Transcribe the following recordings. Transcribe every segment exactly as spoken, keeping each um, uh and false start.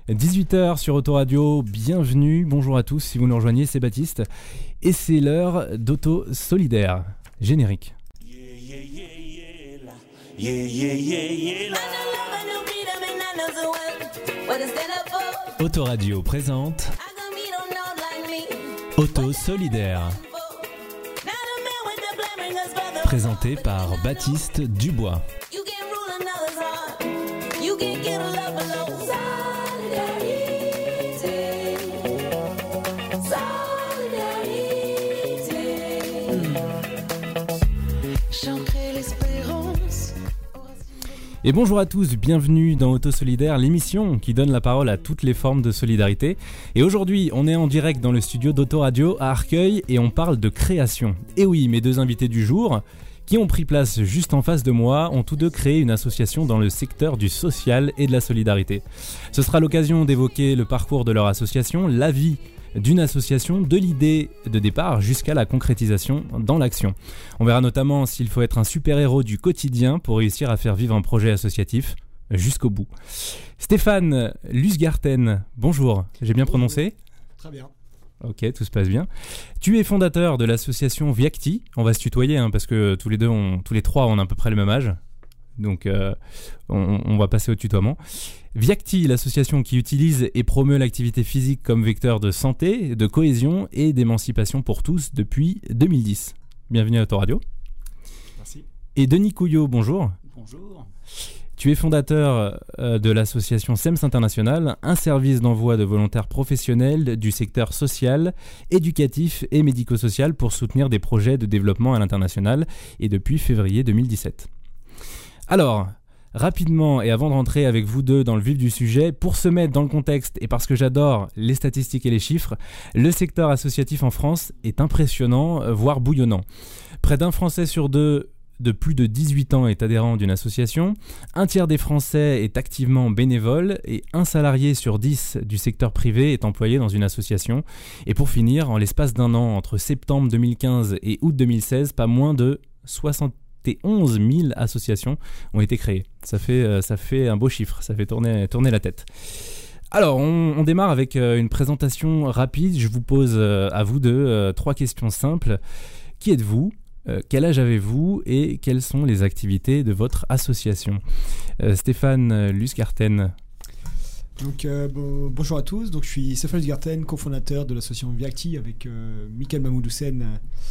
dix-huit heures sur Autoradio, bienvenue, bonjour à tous, si vous nous rejoignez, c'est Baptiste. Et c'est l'heure d'Auto Solidaire. Générique. Autoradio présente Auto Solidaire. Présenté par Baptiste Dubois. Et bonjour à tous, bienvenue dans Auto Solidaire, l'émission qui donne la parole à toutes les formes de solidarité. Et aujourd'hui, on est en direct dans le studio d'Autoradio à Arcueil et on parle de création. Et oui, mes deux invités du jour, qui ont pris place juste en face de moi, ont tous deux créé une association dans le secteur du social et de la solidarité. Ce sera l'occasion d'évoquer le parcours de leur association, la vie d'une association, de l'idée de départ jusqu'à la concrétisation dans l'action. On verra notamment s'il faut être un super-héros du quotidien pour réussir à faire vivre un projet associatif jusqu'au bout. Stéphane Lusgarten, bonjour, j'ai bien prononcé ? Très bien. Ok, tout se passe bien. Tu es fondateur de l'association Viacti, on va se tutoyer hein, parce que tous les deux, on, tous les trois, on a à peu près le même âge. Donc euh, on, on va passer au tutoiement. Viacti, l'association qui utilise et promeut l'activité physique comme vecteur de santé, de cohésion et d'émancipation pour tous depuis deux mille dix. Bienvenue à Autoradio. Merci. Et Denis Couillot, bonjour. Bonjour. Tu es fondateur euh, de l'association S E M S International, un service d'envoi de volontaires professionnels du secteur social, éducatif et médico-social pour soutenir des projets de développement à l'international et depuis février deux mille dix-sept. Alors, rapidement et avant de rentrer avec vous deux dans le vif du sujet, pour se mettre dans le contexte et parce que j'adore les statistiques et les chiffres, le secteur associatif en France est impressionnant, voire bouillonnant. Près d'un Français sur deux de plus de dix-huit ans est adhérent d'une association, un tiers des Français est activement bénévole et un salarié sur dix du secteur privé est employé dans une association. Et pour finir, en l'espace d'un an, entre septembre deux mille quinze et août deux mille seize, pas moins de soixante et onze mille associations ont été créées. Ça fait, ça fait un beau chiffre, ça fait tourner, tourner la tête. Alors, on, on démarre avec une présentation rapide. Je vous pose à vous deux trois questions simples. Qui êtes-vous ? Euh, quel âge avez-vous et quelles sont les activités de votre association ? euh, Stéphane Lusgarten. Donc, euh, bon, bonjour à tous, donc, je suis Stéphane Lusgarten, cofondateur de l'association Viacti avec euh, Mickaël Mahmoud-Houssen.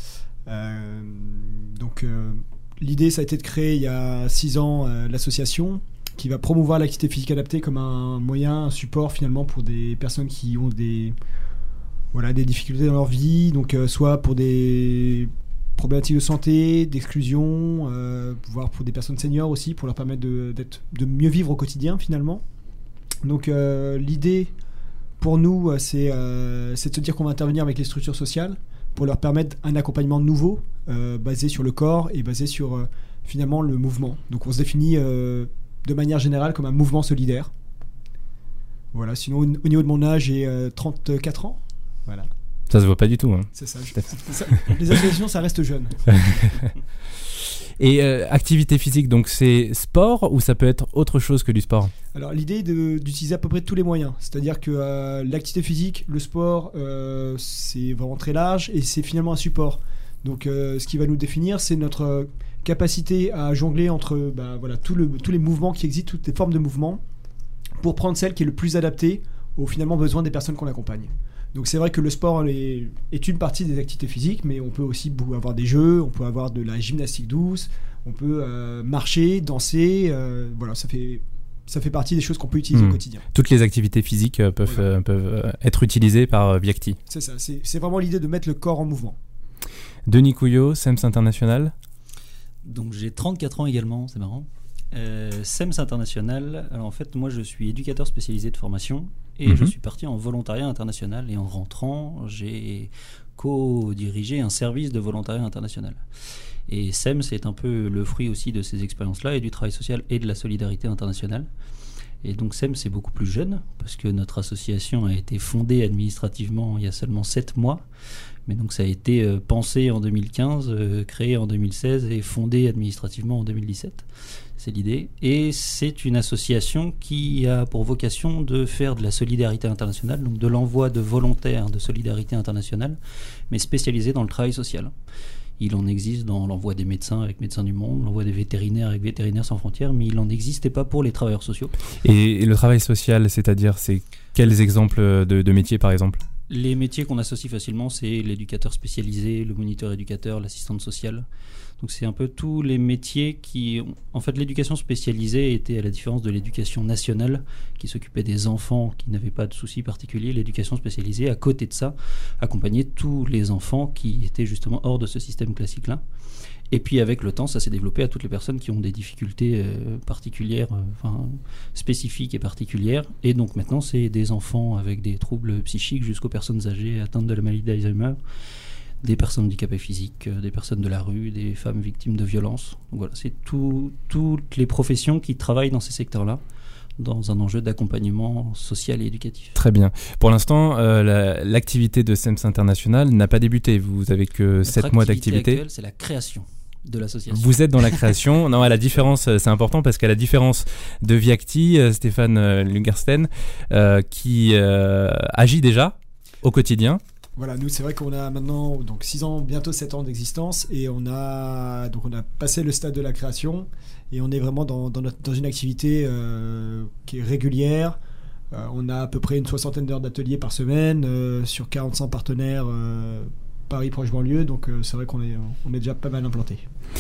Euh, donc, euh, l'idée, ça a été de créer il y a six ans euh, l'association qui va promouvoir l'activité physique adaptée comme un moyen, un support finalement pour des personnes qui ont des, voilà, des difficultés dans leur vie, donc euh, soit pour des problématiques de santé, d'exclusion, euh, voire pour des personnes seniors aussi, pour leur permettre de, d'être, de mieux vivre au quotidien finalement. Donc euh, l'idée pour nous, c'est, euh, c'est de se dire qu'on va intervenir avec les structures sociales pour leur permettre un accompagnement nouveau, euh, basé sur le corps et basé sur euh, finalement le mouvement. Donc on se définit euh, de manière générale comme un mouvement solidaire. Voilà, sinon au, au niveau de mon âge, j'ai euh, trente-quatre ans. Voilà. Ça se voit pas du tout. Hein. C'est ça, je, c'est ça. Les associations, ça reste jeune. Et euh, activité physique, donc c'est sport ou ça peut être autre chose que du sport ? Alors l'idée est de, d'utiliser à peu près tous les moyens. C'est-à-dire que euh, l'activité physique, le sport, euh, c'est vraiment très large et c'est finalement un support. Donc euh, ce qui va nous définir, c'est notre capacité à jongler entre bah, voilà, tout le, tous les mouvements qui existent, toutes les formes de mouvements, pour prendre celle qui est le plus adaptée aux finalement besoins des personnes qu'on accompagne. Donc c'est vrai que le sport est, est une partie des activités physiques, mais on peut aussi avoir des jeux, on peut avoir de la gymnastique douce, on peut euh, marcher, danser, euh, voilà, ça fait, ça fait partie des choses qu'on peut utiliser mmh. au quotidien. Toutes les activités physiques euh, peuvent, voilà. euh, peuvent euh, être utilisées par euh, Viacti. C'est ça, c'est, c'est vraiment l'idée de mettre le corps en mouvement. Denis Couillot, S E M S International. Donc j'ai trente-quatre ans également, c'est marrant. Euh, S E M S International, alors en fait moi je suis éducateur spécialisé de formation et mmh. je suis parti en volontariat international et en rentrant j'ai co-dirigé un service de volontariat international. Et S E M S est un peu le fruit aussi de ces expériences-là et du travail social et de la solidarité internationale. Et donc S E M, c'est beaucoup plus jeune, parce que notre association a été fondée administrativement il y a seulement sept mois. Mais donc ça a été euh, pensé en deux mille quinze, euh, créé en deux mille seize et fondé administrativement en deux mille dix-sept. C'est l'idée. Et c'est une association qui a pour vocation de faire de la solidarité internationale, donc de l'envoi de volontaires de solidarité internationale, mais spécialisée dans le travail social. Il en existe dans l'envoi des médecins avec Médecins du Monde, l'envoi des vétérinaires avec Vétérinaires sans frontières, mais il n'en existait pas pour les travailleurs sociaux. Et, et le travail social, c'est-à-dire, c'est quels exemples de, de métiers par exemple ? Les métiers qu'on associe facilement, c'est l'éducateur spécialisé, le moniteur éducateur, l'assistante sociale. Donc c'est un peu tous les métiers qui... En fait, l'éducation spécialisée était, à la différence de l'éducation nationale, qui s'occupait des enfants qui n'avaient pas de soucis particuliers, l'éducation spécialisée, à côté de ça, accompagnait tous les enfants qui étaient justement hors de ce système classique-là. Et puis avec le temps, ça s'est développé à toutes les personnes qui ont des difficultés euh, particulières, euh, enfin, spécifiques et particulières. Et donc maintenant, c'est des enfants avec des troubles psychiques jusqu'aux personnes âgées atteintes de la maladie d'Alzheimer, des personnes handicapées physiques, euh, des personnes de la rue, des femmes victimes de violences. Donc voilà, c'est tout, toutes les professions qui travaillent dans ces secteurs-là, dans un enjeu d'accompagnement social et éducatif. Très bien. Pour l'instant, euh, la, l'activité de S E M S International n'a pas débuté. Vous avez que sept mois d'activité. Actuelle, c'est la création de l'association. Vous êtes dans la création. Non, à la différence, c'est important parce qu'à la différence de Viacti, Stéphane Lungersten, euh, qui euh, agit déjà au quotidien. Voilà, nous c'est vrai qu'on a maintenant donc six ans, bientôt sept ans d'existence et on a donc on a passé le stade de la création et on est vraiment dans dans, notre, dans une activité euh, qui est régulière. Euh, on a à peu près une soixantaine d'heures d'ateliers par semaine euh, sur quarante-cinq partenaires euh, Paris proche banlieue, donc euh, c'est vrai qu'on est on est déjà pas mal implanté.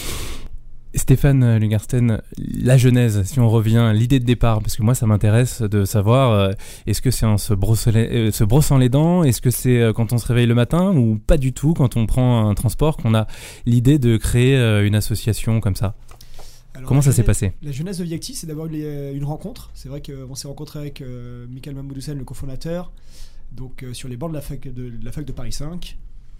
Stéphane Lungersten, la genèse, si on revient, l'idée de départ, parce que moi ça m'intéresse de savoir, euh, est-ce que c'est en se, les, euh, se brossant les dents, est-ce que c'est euh, quand on se réveille le matin, ou pas du tout, quand on prend un transport, qu'on a l'idée de créer euh, une association comme ça ? Alors, comment ça genèse, s'est passé ? La jeunesse de Viacti, c'est d'abord une, une rencontre. C'est vrai qu'on s'est rencontré avec euh, Michael Mamoudoussen, le cofondateur, donc, euh, sur les bancs de la fac de, de, la fac de Paris cinq.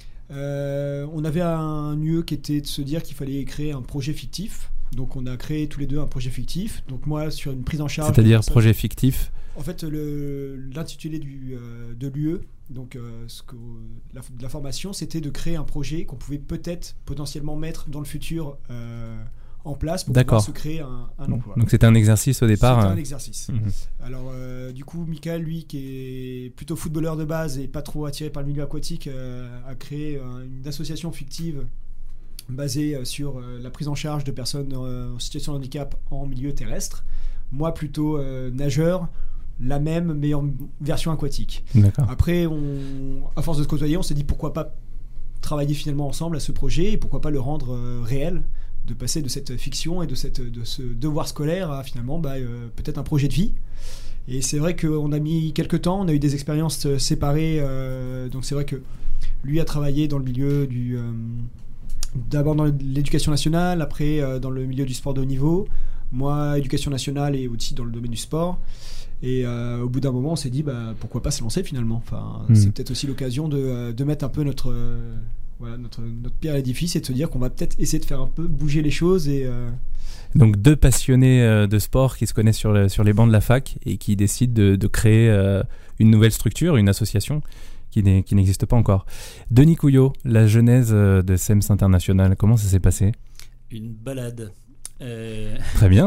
Euh, on avait un U E qui était de se dire qu'il fallait créer un projet fictif. Donc on a créé tous les deux un projet fictif. Donc moi sur une prise en charge. C'est-à-dire projet fictif ? En fait le, l'intitulé du, euh, de l'U E, donc euh, ce que, la, de la formation, c'était de créer un projet qu'on pouvait peut-être potentiellement mettre dans le futur euh, en place pour D'accord. pouvoir se créer un, un emploi. Donc c'était un exercice au départ. C'était hein. un exercice. Mmh. Alors euh, du coup, Michael, lui, qui est plutôt footballeur de base et pas trop attiré par le milieu aquatique, euh, a créé euh, une association fictive basée euh, sur euh, la prise en charge de personnes euh, en situation de handicap en milieu terrestre. Moi, plutôt euh, nageur, la même, mais en version aquatique. D'accord. Après, on, à force de se côtoyer, on s'est dit pourquoi pas travailler finalement ensemble à ce projet et pourquoi pas le rendre euh, réel, de passer de cette fiction et de, cette, de ce devoir scolaire à finalement bah, euh, peut-être un projet de vie. Et c'est vrai qu'on a mis quelques temps, on a eu des expériences séparées, euh, donc c'est vrai que lui a travaillé dans le milieu du... Euh, d'abord dans l'éducation nationale, après euh, dans le milieu du sport de haut niveau, moi éducation nationale et aussi dans le domaine du sport. Et euh, au bout d'un moment on s'est dit bah, pourquoi pas se lancer finalement, enfin, mmh. c'est peut-être aussi l'occasion de, de mettre un peu notre... Euh, Voilà, notre, notre pierre à l'édifice, et de se dire qu'on va peut-être essayer de faire un peu bouger les choses. Et euh... Donc deux passionnés euh, de sport qui se connaissent sur, le, sur les bancs de la fac et qui décident de, de créer euh, une nouvelle structure, une association qui, n'est, qui n'existe pas encore. Denis Couillot, la genèse euh, de S E M S International, comment ça s'est passé ? Une balade. Euh... Très bien.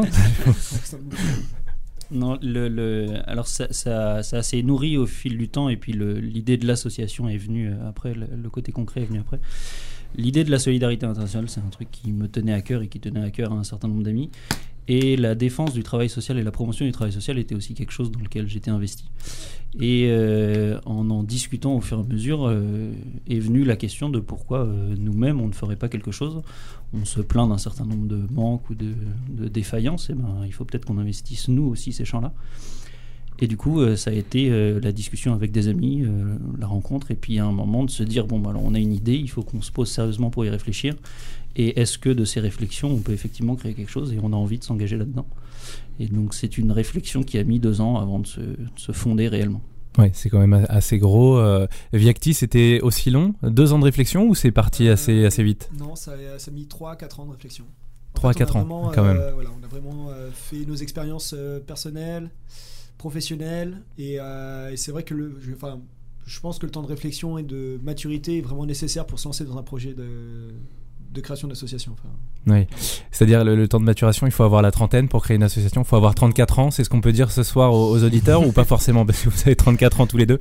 Non, le, le, alors ça, ça, ça s'est nourri au fil du temps et puis le, l'idée de l'association est venue après, le, le côté concret est venu après. L'idée de la solidarité internationale, c'est un truc qui me tenait à cœur et qui tenait à cœur à un certain nombre d'amis. Et la défense du travail social et la promotion du travail social était aussi quelque chose dans lequel j'étais investi. Et euh, en en discutant au fur et à mesure, euh, est venue la question de pourquoi euh, nous-mêmes on ne ferait pas quelque chose. On se plaint d'un certain nombre de manques ou de, de défaillances, et ben, il faut peut-être qu'on investisse nous aussi ces champs-là. Et du coup, euh, ça a été euh, la discussion avec des amis, euh, la rencontre, et puis à un moment de se dire, bon, bah, alors on a une idée, il faut qu'on se pose sérieusement pour y réfléchir. Et est-ce que de ces réflexions, on peut effectivement créer quelque chose et on a envie de s'engager là-dedans. Et donc c'est une réflexion qui a mis deux ans avant de se, de se fonder réellement. Oui, c'est quand même assez gros. Euh, Viacti, c'était aussi long ? Deux ans de réflexion ou c'est parti assez, assez vite ? Non, ça, ça a mis trois à quatre ans de réflexion. trois à quatre ans, vraiment, quand euh, même. Voilà, on a vraiment euh, fait nos expériences euh, personnelles, professionnelles, et, euh, et c'est vrai que le, je, enfin, je pense que le temps de réflexion et de maturité est vraiment nécessaire pour se lancer dans un projet de, de création d'association. Enfin, Oui, c'est-à-dire le, le temps de maturation, il faut avoir la trentaine pour créer une association, il faut avoir trente-quatre ans, c'est ce qu'on peut dire ce soir aux, aux auditeurs ou pas forcément, parce que vous avez trente-quatre ans tous les deux.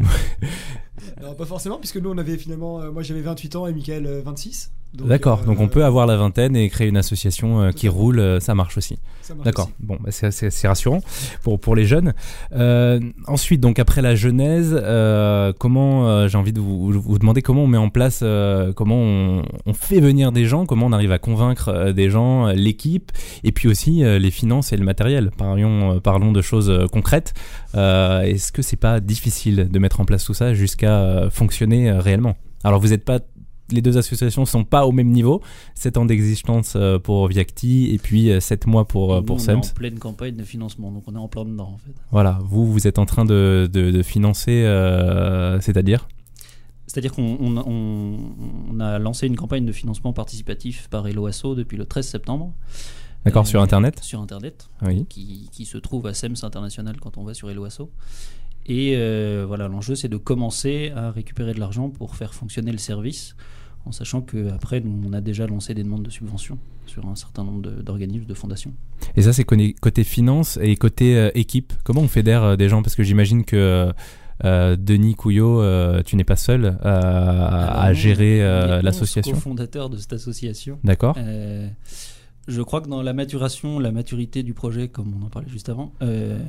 Non, pas forcément, puisque nous on avait finalement, euh, moi j'avais vingt-huit ans et Mickaël euh, vingt-six. Donc, D'accord, euh, donc on peut avoir la vingtaine et créer une association euh, qui roule, euh, ça marche aussi. ça marche D'accord, aussi. bon, bah c'est, c'est, c'est rassurant pour, pour les jeunes. Euh, ensuite, donc après la genèse, euh, comment, euh, j'ai envie de vous, vous demander comment on met en place, euh, comment on, on fait venir des gens, comment on arrive à convaincre euh, des gens, euh, l'équipe, et puis aussi euh, les finances et le matériel. Parlons, euh, parlons de choses euh, concrètes. Euh, est-ce que c'est pas difficile de mettre en place tout ça jusqu'à euh, fonctionner euh, réellement ? Alors vous n'êtes pas... Les deux associations sont pas au même niveau. sept ans d'existence pour Viacti et puis sept mois pour, Nous, pour on S E M est S. en pleine campagne de financement, donc on est en plein dedans en fait. Voilà, vous, vous êtes en train de, de, de financer, euh, c'est-à-dire ? C'est-à-dire qu'on on, on, on a lancé une campagne de financement participatif par Hello Asso depuis le treize septembre. D'accord, Euh, sur Internet ? Sur Internet, Oui. qui, qui se trouve à S E M S International quand on va sur Hello Asso. Et euh, voilà, l'enjeu c'est de commencer à récupérer de l'argent pour faire fonctionner le service, en sachant qu'après, nous, on a déjà lancé des demandes de subventions sur un certain nombre de, d'organismes, de fondations. Et ça, c'est côté finance et côté euh, équipe. Comment on fédère euh, des gens ? Parce que j'imagine que euh, Denis Couillot, euh, tu n'es pas seul euh, à, à gérer euh, l'association. Je suis cofondateur de cette association. D'accord. Euh, je crois que dans la maturation, la maturité du projet, comme on en parlait juste avant, euh,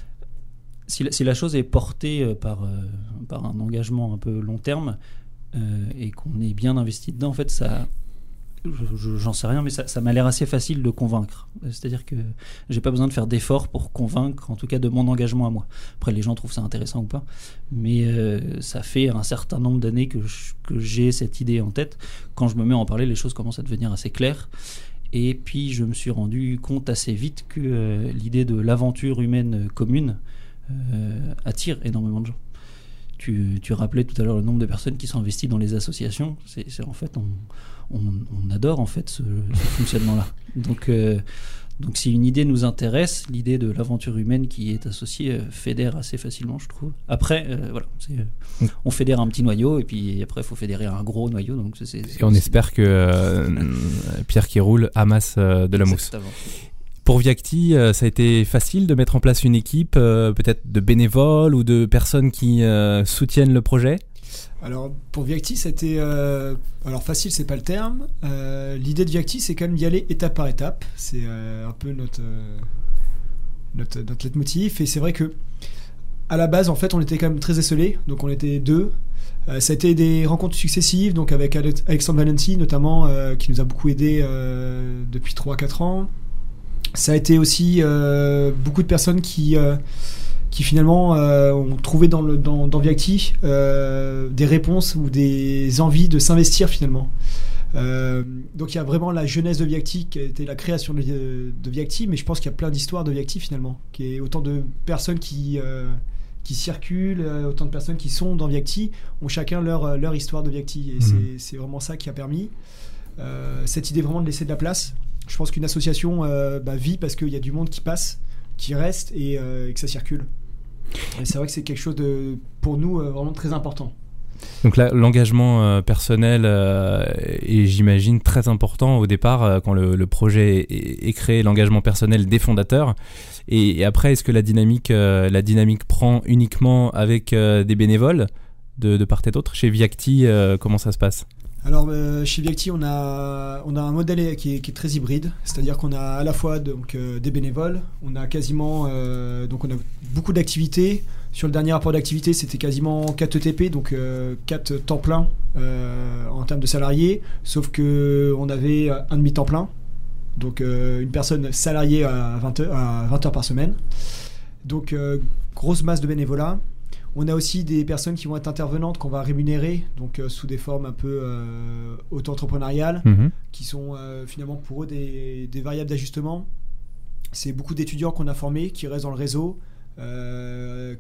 si, la, si la chose est portée euh, par, euh, par un engagement un peu long terme, Euh, et qu'on est bien investi dedans, en fait, ça, je, je, j'en sais rien, mais ça, ça m'a l'air assez facile de convaincre. C'est-à-dire que j'ai pas besoin de faire d'efforts pour convaincre, en tout cas de mon engagement à moi. Après, les gens trouvent ça intéressant ou pas, mais euh, ça fait un certain nombre d'années que, je, que j'ai cette idée en tête. Quand je me mets à en parler, les choses commencent à devenir assez claires. Et puis, je me suis rendu compte assez vite que euh, l'idée de l'aventure humaine commune euh, attire énormément de gens. Tu, tu rappelais tout à l'heure le nombre de personnes qui sont investies dans les associations. C'est, c'est en fait, on, on, on adore en fait ce, ce fonctionnement-là. Donc, euh, donc, si une idée nous intéresse, l'idée de l'aventure humaine qui est associée euh, fédère assez facilement, je trouve. Après, euh, voilà, c'est, euh, on fédère un petit noyau et puis après, il faut fédérer un gros noyau. Donc, c'est, c'est, et on c'est, espère que euh, Pierre qui roule amasse euh, de la mousse. Pour Viacti, euh, ça a été facile de mettre en place une équipe, euh, peut-être de bénévoles ou de personnes qui euh, soutiennent le projet ? Alors pour Viacti, c'était euh, alors facile, c'est pas le terme. Euh, l'idée de Viacti, c'est quand même d'y aller étape par étape. C'est euh, un peu notre euh, notre notre leitmotiv. Et c'est vrai que à la base, en fait, on était quand même très esselés. Donc on était deux. Euh, ça a été des rencontres successives, donc avec Alexandre Valenti notamment, euh, qui nous a beaucoup aidé euh, depuis trois à quatre ans. Ça a été aussi euh, beaucoup de personnes qui, euh, qui finalement euh, ont trouvé dans, le, dans, dans Viacti euh, des réponses ou des envies de s'investir finalement. Euh, donc il y a vraiment la jeunesse de Viacti qui a été la création de, de Viacti, mais je pense qu'il y a plein d'histoires de Viacti finalement, qui est autant de personnes qui, euh, qui circulent, autant de personnes qui sont dans Viacti, ont chacun leur, leur histoire de Viacti, et mmh. c'est, c'est vraiment ça qui a permis euh, cette idée vraiment de laisser de la place. Je pense qu'une association euh, bah, vit parce qu'il y a du monde qui passe, qui reste et, euh, et que ça circule. Et c'est vrai que c'est quelque chose de, pour nous, euh, vraiment très important. Donc là, l'engagement euh, personnel euh, est, j'imagine, très important au départ, euh, quand le, le projet est, est créé, l'engagement personnel des fondateurs. Et, et après, est-ce que la dynamique, euh, la dynamique prend uniquement avec euh, des bénévoles de, de part et d'autre ? Chez Viacti, euh, comment ça se passe ? Alors euh, chez Viacti, on a, on a un modèle qui est, qui est très hybride, c'est-à-dire qu'on a à la fois donc, euh, des bénévoles, on a quasiment euh, donc on a beaucoup d'activités. Sur le dernier rapport d'activité, c'était quasiment quatre E T P, donc euh, quatre temps plein euh, en termes de salariés, sauf qu'on avait un demi-temps plein, donc euh, une personne salariée à vingt heures, à vingt heures par semaine. Donc euh, grosse masse de bénévolat. On a aussi des personnes qui vont être intervenantes, qu'on va rémunérer, donc euh, sous des formes un peu euh, auto-entrepreneuriales, mmh. qui sont euh, finalement pour eux des, des variables d'ajustement. C'est beaucoup d'étudiants qu'on a formés, qui restent dans le réseau, euh,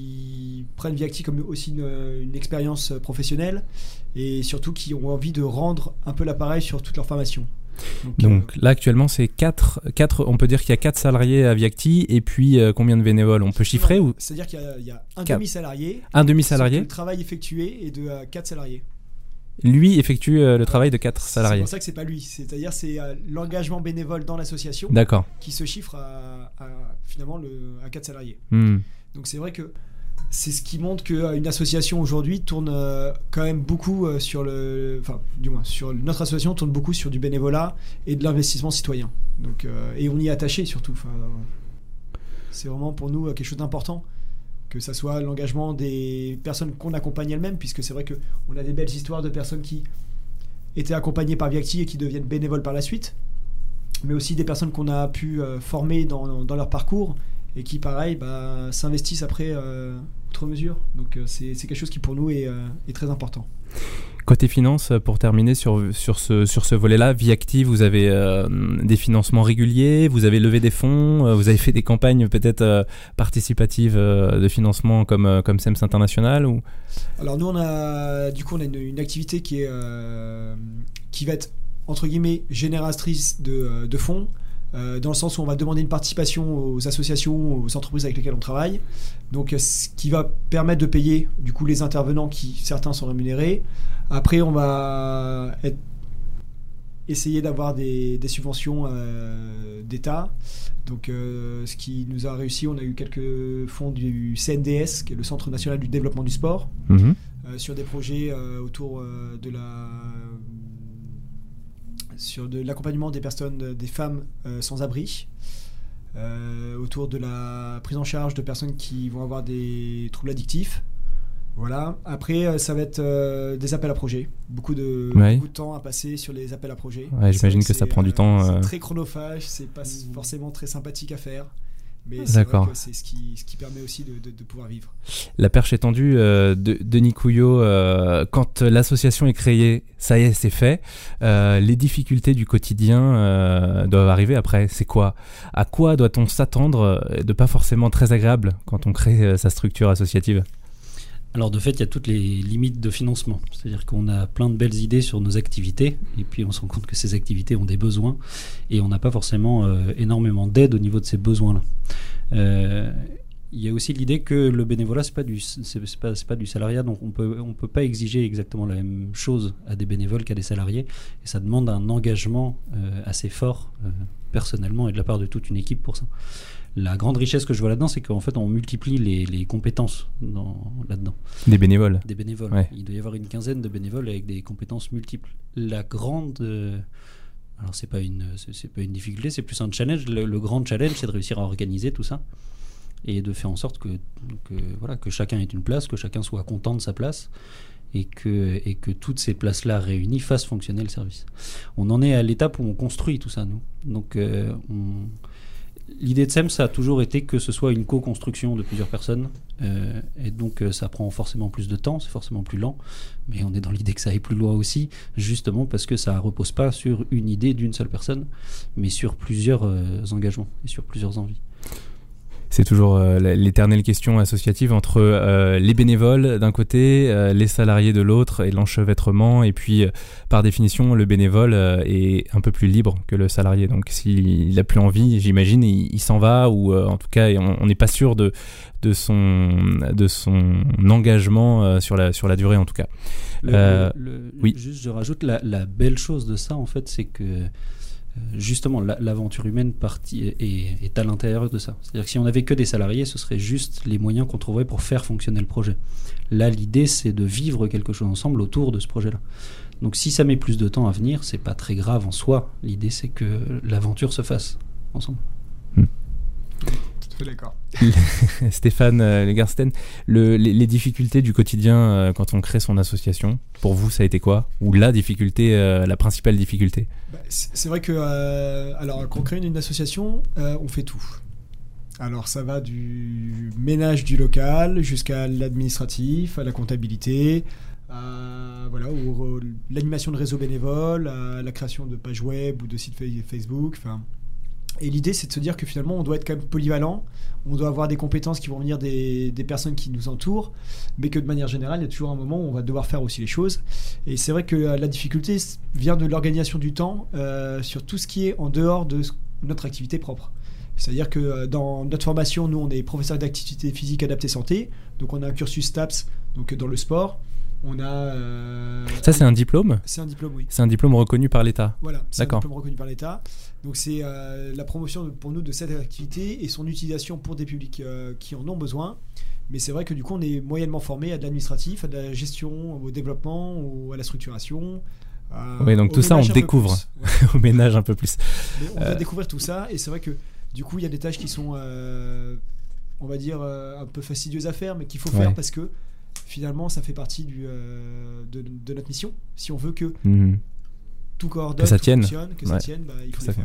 qui prennent Viacti comme aussi une, une expérience professionnelle, et surtout qui ont envie de rendre un peu l'appareil sur toute leur formation. Donc, Donc euh, là actuellement c'est quatre, quatre, on peut dire qu'il y a quatre salariés à Viacti et puis euh, combien de bénévoles on peut chiffrer ou... C'est-à-dire qu'il y a, il y a un demi-salarié. Un demi-salarié. Le travail effectué est de euh, quatre salariés. Lui effectue euh, le travail de quatre salariés. C'est pour ça que c'est pas lui, c'est-à-dire c'est euh, l'engagement bénévole dans l'association. D'accord. Qui se chiffre à, à finalement le, à quatre salariés. Hmm. Donc c'est vrai que c'est ce qui montre qu'une association aujourd'hui tourne euh, quand même beaucoup euh, sur le, enfin du moins sur notre association tourne beaucoup sur du bénévolat et de l'investissement citoyen. Donc euh, et on y est attaché surtout. Enfin, c'est vraiment pour nous quelque chose d'important. Que ça soit l'engagement des personnes qu'on accompagne elles-mêmes, puisque c'est vrai qu'on a des belles histoires de personnes qui étaient accompagnées par Viacti et qui deviennent bénévoles par la suite, mais aussi des personnes qu'on a pu euh, former dans, dans leur parcours et qui, pareil, bah, s'investissent après euh, outre mesure. Donc euh, c'est, c'est quelque chose qui, pour nous, est, euh, est très important. Côté finance, pour terminer sur, sur ce, sur ce volet-là, Viacti, vous avez euh, des financements réguliers, vous avez levé des fonds, euh, vous avez fait des campagnes peut-être euh, participatives euh, de financement comme, euh, comme S E M S International ou... Alors nous, on a, du coup, on a une, une activité qui, est, euh, qui va être, entre guillemets, génératrice de, de fonds, euh, dans le sens où on va demander une participation aux associations, aux entreprises avec lesquelles on travaille, donc ce qui va permettre de payer du coup les intervenants qui, certains sont rémunérés. Après, on va être, essayer d'avoir des, des subventions euh, d'État. Donc, euh, ce qui nous a réussi, on a eu quelques fonds du C N D S, qui est le Centre national du développement du sport, mmh. euh, sur des projets euh, autour euh, de la, sur de l'accompagnement des personnes, des femmes euh, sans abri, euh, autour de la prise en charge de personnes qui vont avoir des troubles addictifs. Voilà. Après, ça va être euh, des appels à projets. Beaucoup de, ouais. beaucoup de temps à passer sur les appels à projets. Ouais, j'imagine que, que ça prend euh, du temps. C'est euh... très chronophage, c'est pas forcément très sympathique à faire. Mais D'accord. c'est vrai que c'est ce qui, ce qui permet aussi de, de, de pouvoir vivre. La perche est tendue. Euh, de, Denis Couillot, euh, quand l'association est créée, ça y est, c'est fait. Euh, les difficultés du quotidien euh, doivent arriver après. C'est quoi ? À quoi doit-on s'attendre de pas forcément très agréable quand on crée euh, sa structure associative ? Alors de fait, il y a toutes les limites de financement. C'est-à-dire qu'on a plein de belles idées sur nos activités, et puis on se rend compte que ces activités ont des besoins, et on n'a pas forcément euh, énormément d'aide au niveau de ces besoins-là. Euh, il y a aussi l'idée que le bénévolat, c'est pas du, c'est, c'est pas, c'est pas du salariat, donc on peut, on peut pas exiger exactement la même chose à des bénévoles qu'à des salariés, et ça demande un engagement euh, assez fort, euh, personnellement, et de la part de toute une équipe pour ça. La grande richesse que je vois là-dedans, c'est qu'en fait, on multiplie les, les compétences dans, là-dedans. Des bénévoles. Des bénévoles. Ouais. Il doit y avoir une quinzaine de bénévoles avec des compétences multiples. La grande... Euh, alors, c'est pas une, c'est, c'est pas une difficulté, c'est plus un challenge. Le, le grand challenge, c'est de réussir à organiser tout ça et de faire en sorte que, que, voilà, que chacun ait une place, que chacun soit content de sa place et que, et que toutes ces places-là réunies fassent fonctionner le service. On en est à l'étape où on construit tout ça, nous. Donc, euh, on... L'idée de S E M, ça a toujours été que ce soit une co-construction de plusieurs personnes, euh, et donc euh, ça prend forcément plus de temps, c'est forcément plus lent, mais on est dans l'idée que ça aille plus loin aussi, justement parce que ça ne repose pas sur une idée d'une seule personne, mais sur plusieurs euh, engagements et sur plusieurs envies. C'est toujours euh, l'éternelle question associative entre euh, les bénévoles d'un côté, euh, les salariés de l'autre et l'enchevêtrement. Et puis, euh, par définition, le bénévole euh, est un peu plus libre que le salarié. Donc, s'il n'a plus envie, j'imagine, il, il s'en va ou euh, en tout cas, on n'est pas sûr de, de, son, de son engagement euh, sur, la, sur la durée, en tout cas. Le, euh, le, oui. Juste, je rajoute, la, la belle chose de ça, en fait, c'est que justement, la, l'aventure humaine partie est, est à l'intérieur de ça. C'est-à-dire que si on n'avait que des salariés, ce serait juste les moyens qu'on trouverait pour faire fonctionner le projet. Là, l'idée, c'est de vivre quelque chose ensemble autour de ce projet-là. Donc, si ça met plus de temps à venir, c'est pas très grave en soi. L'idée, c'est que l'aventure se fasse ensemble. Mmh. Tout à fait d'accord. Stéphane euh, Legarsten, le, les, les difficultés du quotidien euh, quand on crée son association, pour vous, ça a été quoi ? Ou la difficulté, euh, la principale difficulté ? Bah, c'est, c'est vrai que euh, alors, quand on crée une, une association, euh, on fait tout. Alors ça va du ménage du local jusqu'à l'administratif, à la comptabilité, à, voilà, au, au, l'animation de réseaux bénévoles, à la création de pages web ou de sites Facebook. Enfin, Et l'idée, c'est de se dire que finalement, on doit être quand même polyvalent, on doit avoir des compétences qui vont venir des, des personnes qui nous entourent, mais que de manière générale, il y a toujours un moment où on va devoir faire aussi les choses. Et c'est vrai que la difficulté vient de l'organisation du temps euh, sur tout ce qui est en dehors de notre activité propre. C'est-à-dire que dans notre formation, nous, on est professeur d'activité physique adaptée santé, donc on a un cursus S T A P S, donc dans le sport. On a. Euh, Ça, c'est un diplôme ? C'est un diplôme, oui. C'est un diplôme reconnu par l'État. Voilà, c'est D'accord. un diplôme reconnu par l'État. Donc, c'est euh, la promotion de, pour nous de cette activité et son utilisation pour des publics euh, qui en ont besoin. Mais c'est vrai que du coup, on est moyennement formé à de l'administratif, à de la gestion, au développement, au, à la structuration. Euh, oui, donc tout ça, on découvre ouais. Au ménage un peu plus. Mais on euh... va découvrir tout ça. Et c'est vrai que du coup, il y a des tâches qui sont, euh, on va dire, euh, un peu fastidieuses à faire, mais qu'il faut faire ouais. parce que. Finalement, ça fait partie du, euh, de, de notre mission. Si on veut que mmh. tout coordonne, que ça tout tienne, fonctionne, que ouais. ça tienne, bah, il faut le faire.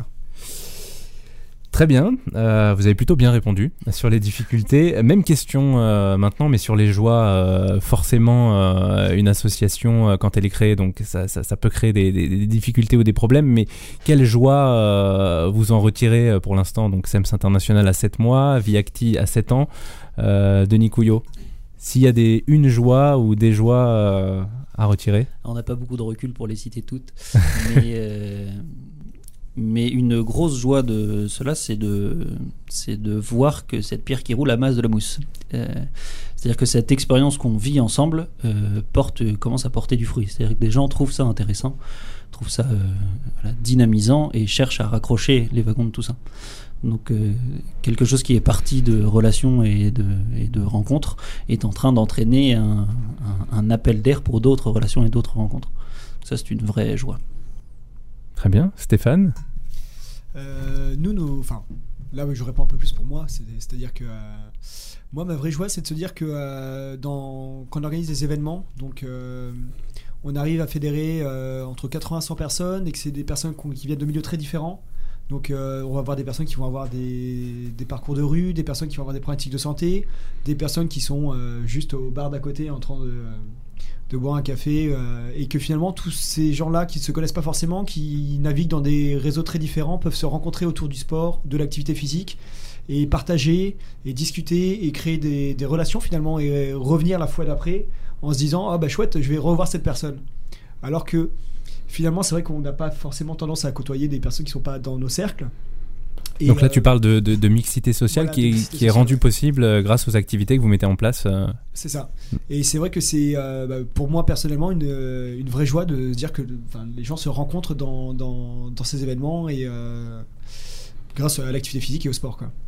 Très bien, euh, vous avez plutôt bien répondu sur les difficultés. Même question euh, maintenant, mais sur les joies. Euh, forcément, euh, une association, euh, quand elle est créée, donc ça, ça, ça peut créer des, des, des difficultés ou des problèmes. Mais quelle joie euh, vous en retirez pour l'instant? Donc S E M S International à sept mois, Viacti à sept ans. Euh, Denis Couillot, s'il y a des, une joie ou des joies euh, à retirer? On n'a pas beaucoup de recul pour les citer toutes, mais, euh, mais une grosse joie de cela, c'est de, c'est de voir que cette pierre qui roule amasse de la mousse. Euh, c'est-à-dire que cette expérience qu'on vit ensemble euh, porte, commence à porter du fruit. C'est-à-dire que des gens trouvent ça intéressant, trouvent ça euh, voilà, dynamisant et cherchent à raccrocher les wagons de tout ça. Donc euh, quelque chose qui est parti de relations et de, et de rencontres est en train d'entraîner un, un, un appel d'air pour d'autres relations et d'autres rencontres. Ça, c'est une vraie joie. Très bien. Stéphane? euh, Nous, nous, enfin, là, je réponds un peu plus pour moi. C'est, c'est-à-dire que euh, moi, ma vraie joie, c'est de se dire que euh, dans, quand on organise des événements, donc euh, on arrive à fédérer euh, entre quatre-vingts et cent personnes et que c'est des personnes qui viennent de milieux très différents. Donc euh, on va avoir des personnes qui vont avoir des, des parcours de rue, des personnes qui vont avoir des problématiques de santé, des personnes qui sont euh, juste au bar d'à côté en train de, de boire un café euh, et que finalement tous ces gens-là qui ne se connaissent pas forcément, qui naviguent dans des réseaux très différents, peuvent se rencontrer autour du sport, de l'activité physique et partager et discuter et créer des, des relations finalement et revenir la fois d'après en se disant « Ah bah chouette, je vais revoir cette personne ». Alors que finalement, c'est vrai qu'on n'a pas forcément tendance à côtoyer des personnes qui ne sont pas dans nos cercles. Et donc là, euh, tu parles de, de, de mixité sociale, voilà, qui, est, mixité qui sociale, est rendue ouais. possible euh, grâce aux activités que vous mettez en place. Euh... C'est ça. Et c'est vrai que c'est, euh, bah, pour moi, personnellement, une, une vraie joie de se dire que les gens se rencontrent dans, dans, dans ces événements et euh, grâce à l'activité physique et au sport, quoi.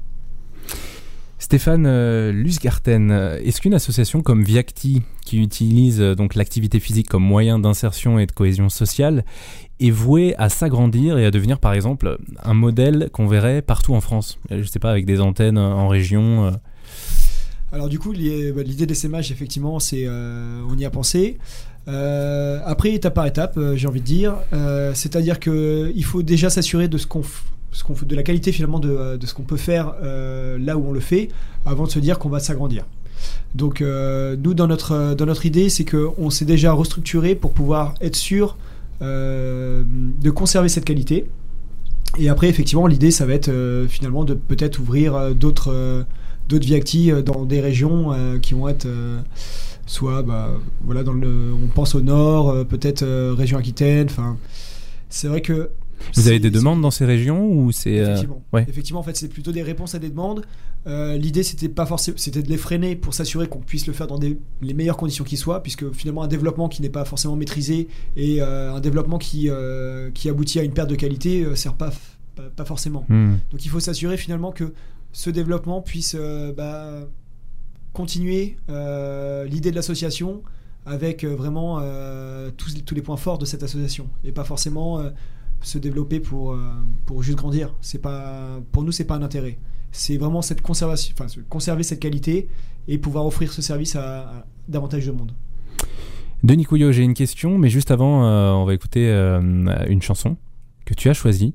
Stéphane euh, Lusgarten, est-ce qu'une association comme Viacti, qui utilise euh, donc l'activité physique comme moyen d'insertion et de cohésion sociale, est vouée à s'agrandir et à devenir par exemple un modèle qu'on verrait partout en France? Je ne sais pas, avec des antennes en région euh... Alors du coup, l'idée des S M H, effectivement, c'est, euh, on y a pensé. Euh, après, étape par étape, euh, j'ai envie de dire. Euh, c'est-à-dire qu'il faut déjà s'assurer de ce qu'on f- Ce qu'on fait, de la qualité finalement de, de ce qu'on peut faire euh, là où on le fait avant de se dire qu'on va s'agrandir. Donc euh, nous dans notre, dans notre idée, c'est qu'on s'est déjà restructuré pour pouvoir être sûr euh, de conserver cette qualité. Et après effectivement l'idée ça va être euh, finalement de peut-être ouvrir euh, d'autres, euh, d'autres Viacti euh, dans des régions euh, qui vont être euh, soit bah, voilà, dans le, on pense au nord, euh, peut-être euh, région Aquitaine. Enfin, c'est vrai que vous c'est, avez des demandes dans ces régions ou c'est effectivement, euh... ouais. effectivement en fait c'est plutôt des réponses à des demandes. Euh, l'idée c'était pas forcément, c'était de les freiner pour s'assurer qu'on puisse le faire dans des, les meilleures conditions qui soient, puisque finalement un développement qui n'est pas forcément maîtrisé et euh, un développement qui euh, qui aboutit à une perte de qualité euh, sert pas, pas pas forcément. Mmh. Donc il faut s'assurer finalement que ce développement puisse euh, bah, continuer euh, l'idée de l'association avec euh, vraiment euh, tous tous les points forts de cette association et pas forcément euh, se développer pour, euh, pour juste grandir. C'est pas, pour nous, c'est pas un intérêt. C'est vraiment cette conservation, enfin, conserver cette qualité et pouvoir offrir ce service à, à davantage de monde. Denis Couillot, j'ai une question, mais juste avant, euh, on va écouter euh, une chanson que tu as choisie.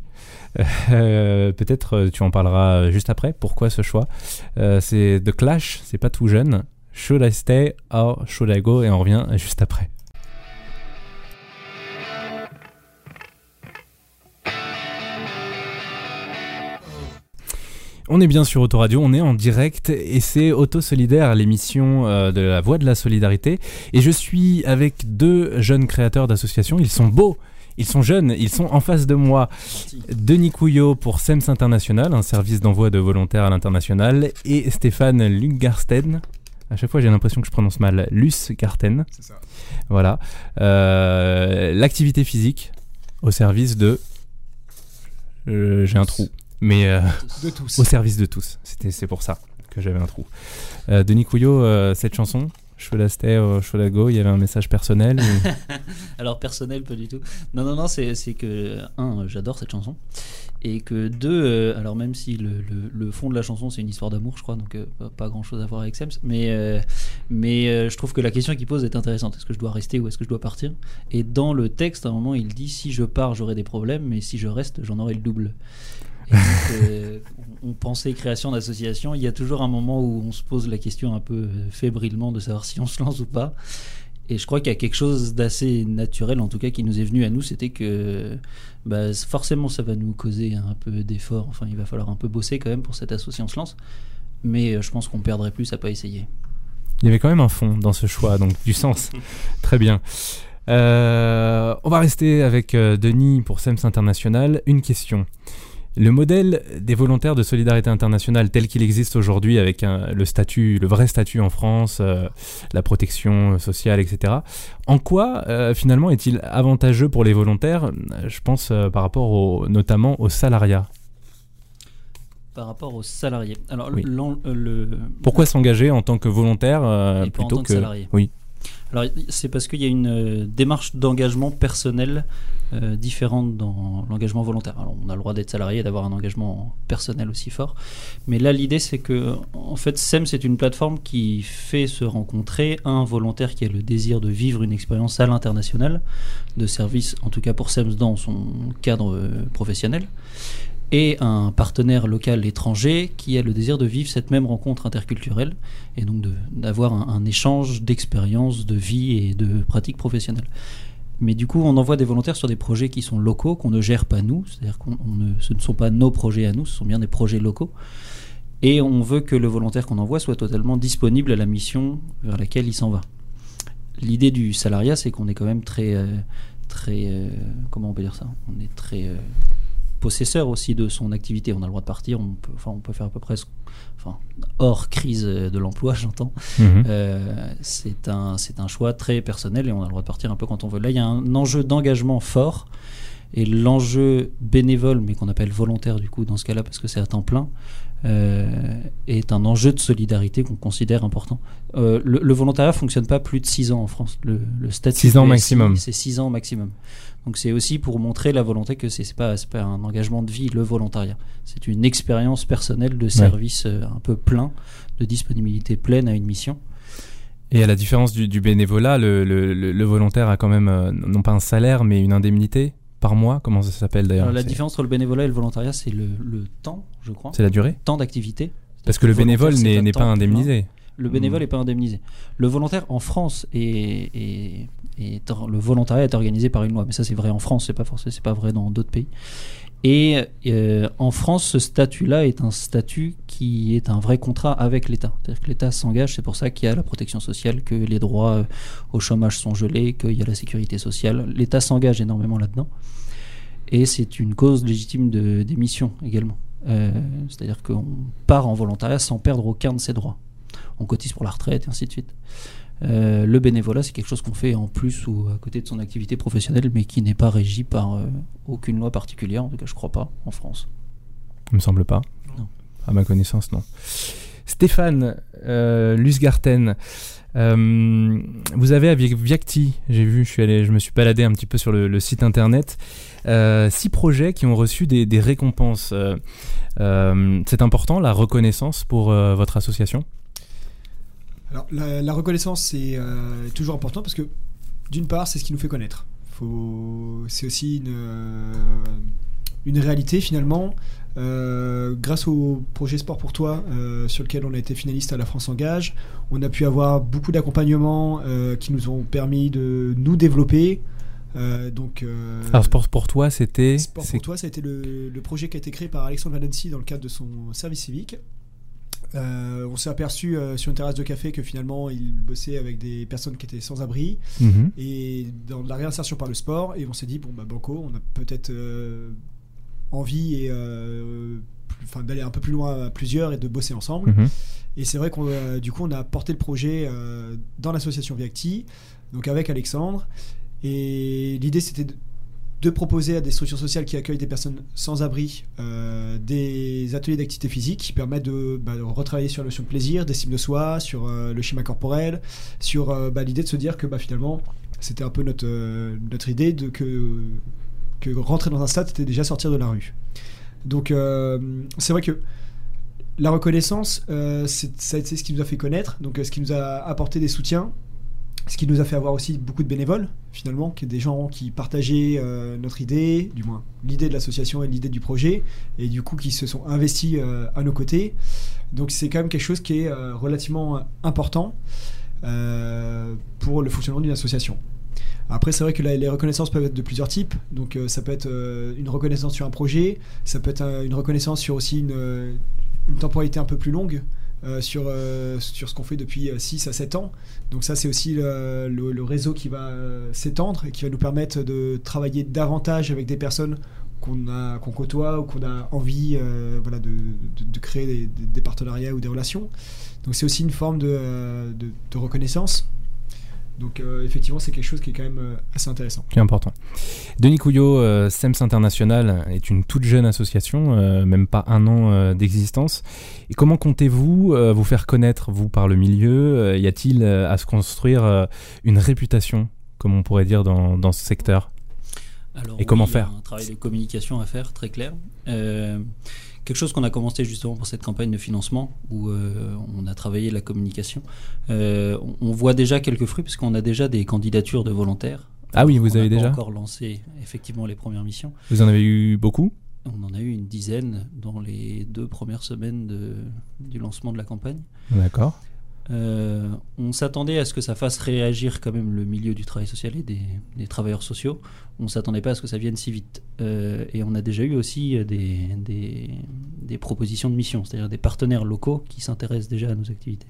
Euh, peut-être tu en parleras juste après. Pourquoi ce choix? euh, C'est The Clash, c'est pas tout jeune. Should I Stay or Should I Go? Et on revient juste après. On est bien sur Autoradio, on est en direct et c'est Auto Solidaire, l'émission euh, de la Voix de la Solidarité. Et je suis avec deux jeunes créateurs d'associations. Ils sont beaux, ils sont jeunes, ils sont en face de moi. Denis Couillot pour S E M S International, un service d'envoi de volontaires à l'international, et Stéphane Luggarten. À chaque fois, j'ai l'impression que je prononce mal. Luggarten. C'est ça. Voilà. Euh, l'activité physique au service de... Euh, j'ai un trou. Mais euh, de tous. Au service de tous. C'était, c'est pour ça que j'avais un trou. Euh, Denis Couillot, euh, cette chanson, Cholasté, euh, Cholago, il y avait un message personnel ou... Alors personnel, pas du tout. Non, non, non, c'est, c'est que, un, j'adore cette chanson. Et que deux, euh, alors même si le, le, le fond de la chanson c'est une histoire d'amour, je crois, donc euh, pas, pas grand chose à voir avec S E M S, mais, euh, mais euh, je trouve que la question qu'il pose est intéressante. Est-ce que je dois rester ou est-ce que je dois partir? Et dans le texte, à un moment, il dit si je pars, j'aurai des problèmes, mais si je reste, j'en aurai le double. Et donc, euh, on pensait création d'association, il y a toujours un moment où on se pose la question un peu fébrilement de savoir si on se lance ou pas. Et je crois qu'il y a quelque chose d'assez naturel, en tout cas, qui nous est venu à nous, c'était que bah, forcément ça va nous causer un peu d'effort, enfin il va falloir un peu bosser quand même pour cette association se lance, mais je pense qu'on perdrait plus à pas essayer. Il y avait quand même un fond dans ce choix, donc du sens. Très bien. Euh, on va rester avec euh, Denis pour S E M S International. Une question. Le modèle des volontaires de solidarité internationale tel qu'il existe aujourd'hui avec un, le statut, le vrai statut en France, euh, la protection sociale, et cetera. En quoi euh, finalement est-il avantageux pour les volontaires, je pense euh, par rapport au, notamment au salariat? Par rapport aux salariés. Alors, oui. le, le, Pourquoi s'engager en tant que volontaire euh, plutôt en tant que, que salarié? Oui. Alors, c'est parce qu'il y a une euh, démarche d'engagement personnel euh, différente dans l'engagement volontaire. Alors, on a le droit d'être salarié et d'avoir un engagement personnel aussi fort. Mais là, l'idée, c'est que, en fait, S E M, c'est une plateforme qui fait se rencontrer un volontaire qui a le désir de vivre une expérience à l'international, de service, en tout cas pour S E M dans son cadre euh, professionnel, et un partenaire local étranger qui a le désir de vivre cette même rencontre interculturelle et donc de, d'avoir un, un échange d'expériences, de vie et de pratiques professionnelles. Mais du coup, on envoie des volontaires sur des projets qui sont locaux, qu'on ne gère pas nous, c'est-à-dire que ce ne sont pas nos projets à nous, ce sont bien des projets locaux. Et on veut que le volontaire qu'on envoie soit totalement disponible à la mission vers laquelle il s'en va. L'idée du salariat, c'est qu'on est quand même très... Euh, très euh, comment on peut dire ça ? On est très... Euh, possesseur aussi de son activité. On a le droit de partir, on peut, enfin, on peut faire à peu près, enfin, hors crise de l'emploi, j'entends. Mmh. Euh, c'est un, c'est un choix très personnel et on a le droit de partir un peu quand on veut. Là, il y a un enjeu d'engagement fort et l'enjeu bénévole, mais qu'on appelle volontaire du coup dans ce cas-là parce que c'est à temps plein, euh, est un enjeu de solidarité qu'on considère important. Euh, le, le volontariat fonctionne pas plus de six ans en France. Le, le statut six ans maximum. C'est six ans maximum. Donc c'est aussi pour montrer la volonté que c'est, c'est pas, c'est pas un engagement de vie, le volontariat. C'est une expérience personnelle de service ouais. euh, un peu plein, de disponibilité pleine à une mission. Et à la différence du, du bénévolat, le, le, le, le volontaire a quand même euh, non pas un salaire mais une indemnité par mois. Comment ça s'appelle d'ailleurs? Alors, la c'est... différence entre le bénévolat et le volontariat, c'est le, le temps, je crois. C'est la durée? Temps d'activité. Parce que le, le bénévole n'est, n'est pas indemnisé. Le bénévole n'est mmh. pas indemnisé. Le volontaire en France est, est, est, le volontariat est organisé par une loi, mais ça c'est vrai en France, c'est pas forcément, c'est pas vrai dans d'autres pays. Et euh, en France, ce statut-là est un statut qui est un vrai contrat avec l'État. C'est-à-dire que l'État s'engage, c'est pour ça qu'il y a la protection sociale, que les droits au chômage sont gelés, qu'il y a la sécurité sociale. L'État s'engage énormément là-dedans. Et c'est une cause légitime de, d'émission également. Euh, c'est-à-dire qu'on part en volontariat sans perdre aucun de ses droits. On cotise pour la retraite et ainsi de suite. Euh, le bénévolat, c'est quelque chose qu'on fait en plus ou à côté de son activité professionnelle, mais qui n'est pas régi par euh, aucune loi particulière, en tout cas je crois pas, en France. Il me semble pas. Non. À ma connaissance, non. Stéphane euh, Luggarten, euh, vous avez avec Viacti, j'ai vu, je, suis allé, je me suis baladé un petit peu sur le, le site internet, euh, six projets qui ont reçu des, des récompenses. Euh, euh, c'est important, la reconnaissance pour euh, votre association ? Alors, la, la reconnaissance, c'est euh, toujours important parce que, d'une part, c'est ce qui nous fait connaître. Faut, c'est aussi une, euh, une réalité, finalement. Euh, grâce au projet Sport pour toi, euh, sur lequel on a été finaliste à la France Engage, on a pu avoir beaucoup d'accompagnements euh, qui nous ont permis de nous développer, Euh, donc, euh, Alors Sport pour toi, c'était... Sport pour toi, ça a été le, le projet qui a été créé par Alexandre Valency dans le cadre de son service civique. Euh, on s'est aperçu euh, sur une terrasse de café que finalement il bossait avec des personnes qui étaient sans abri mmh. et dans la réinsertion par le sport, et on s'est dit bon bah banco, on a peut-être euh, envie et euh, plus, d'aller un peu plus loin à plusieurs et de bosser ensemble. Mmh. Et c'est vrai qu'on euh, du coup on a porté le projet euh, dans l'association Viacti, donc avec Alexandre, et l'idée c'était de de proposer à des structures sociales qui accueillent des personnes sans abri euh, des ateliers d'activité physique qui permettent de, bah, de retravailler sur la notion de plaisir, d'estime de soi, sur euh, le schéma corporel, sur euh, bah, l'idée de se dire que bah, finalement c'était un peu notre, euh, notre idée de que, que rentrer dans un stade c'était déjà sortir de la rue. Donc euh, c'est vrai que la reconnaissance euh, c'est, ça a été ce qui nous a fait connaître, donc euh, ce qui nous a apporté des soutiens, ce qui nous a fait avoir aussi beaucoup de bénévoles, finalement, qui est des gens qui partageaient euh, notre idée, du moins l'idée de l'association et l'idée du projet, et du coup qui se sont investis euh, à nos côtés. Donc c'est quand même quelque chose qui est euh, relativement important euh, pour le fonctionnement d'une association. Après, c'est vrai que la, les reconnaissances peuvent être de plusieurs types. Donc euh, ça peut être euh, une reconnaissance sur un projet, ça peut être euh, une reconnaissance sur aussi une, une temporalité un peu plus longue, Euh, sur, euh, sur ce qu'on fait depuis six à sept ans. Donc ça c'est aussi le, le, le réseau qui va euh, s'étendre et qui va nous permettre de travailler davantage avec des personnes qu'on, a, qu'on côtoie ou qu'on a envie euh, voilà, de, de, de créer des, des partenariats ou des relations. Donc c'est aussi une forme de, de, de reconnaissance. Donc euh, effectivement c'est quelque chose qui est quand même euh, assez intéressant. Qui est important. Denis Couillot, euh, S E M S International est une toute jeune association, euh, même pas un an euh, d'existence. Et comment comptez-vous euh, vous faire connaître, vous, par le milieu euh, Y a-t-il euh, à se construire euh, une réputation, comme on pourrait dire, dans, dans ce secteur? Alors, Et comment oui, faire? Il y a un travail de communication à faire, très clair. Euh, quelque chose qu'on a commencé justement pour cette campagne de financement, où euh, on a travaillé la communication. Euh, on voit déjà quelques fruits, parce qu'on a déjà des candidatures de volontaires. Ah oui, vous on avez déjà pas encore lancé effectivement les premières missions. Vous en avez eu beaucoup? On en a eu une dizaine dans les deux premières semaines de, du lancement de la campagne. D'accord. Euh, on s'attendait à ce que ça fasse réagir quand même le milieu du travail social et des, des travailleurs sociaux. On ne s'attendait pas à ce que ça vienne si vite. Euh, et on a déjà eu aussi des, des, des propositions de mission, c'est-à-dire des partenaires locaux qui s'intéressent déjà à nos activités.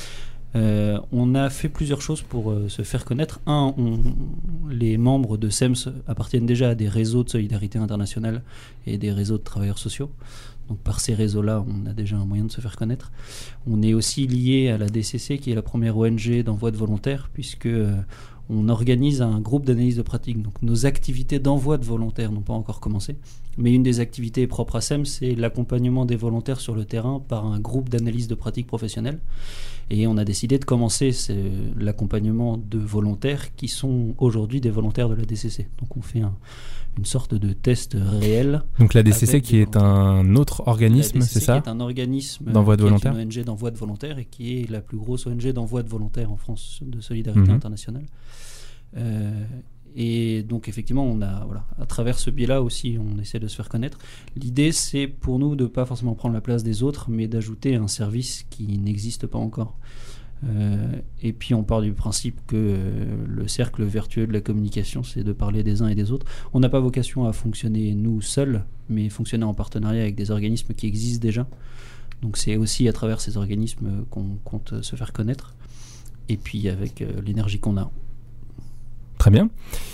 Euh, on a fait plusieurs choses pour euh, se faire connaître. Un, on, les membres de S E M S appartiennent déjà à des réseaux de solidarité internationale et des réseaux de travailleurs sociaux. Donc par ces réseaux-là, on a déjà un moyen de se faire connaître. On est aussi lié à la D C C, qui est la première O N G d'envoi de volontaires, puisque euh, on organise un groupe d'analyse de pratique. Donc nos activités d'envoi de volontaires n'ont pas encore commencé, mais une des activités propres à S E M S, c'est l'accompagnement des volontaires sur le terrain par un groupe d'analyse de pratique professionnelle. Et on a décidé de commencer l'accompagnement de volontaires qui sont aujourd'hui des volontaires de la D C C. Donc on fait un, une sorte de test réel. Donc la D C C qui est un autre organisme, c'est ça? La D C C qui est un organisme d'envoi de qui volontaires. est une O N G d'envoi de volontaires et qui est la plus grosse O N G d'envoi de volontaires en France de solidarité mmh. internationale. Euh, et donc effectivement, on a, voilà, à travers ce biais-là aussi, on essaie de se faire connaître. L'idée, c'est pour nous de ne pas forcément prendre la place des autres, mais d'ajouter un service qui n'existe pas encore. Euh, et puis on part du principe que euh, le cercle vertueux de la communication, c'est de parler des uns et des autres. On n'a pas vocation à fonctionner nous seuls, mais fonctionner en partenariat avec des organismes qui existent déjà. Donc c'est aussi à travers ces organismes qu'on compte se faire connaître, et puis avec euh, l'énergie qu'on a. Très bien.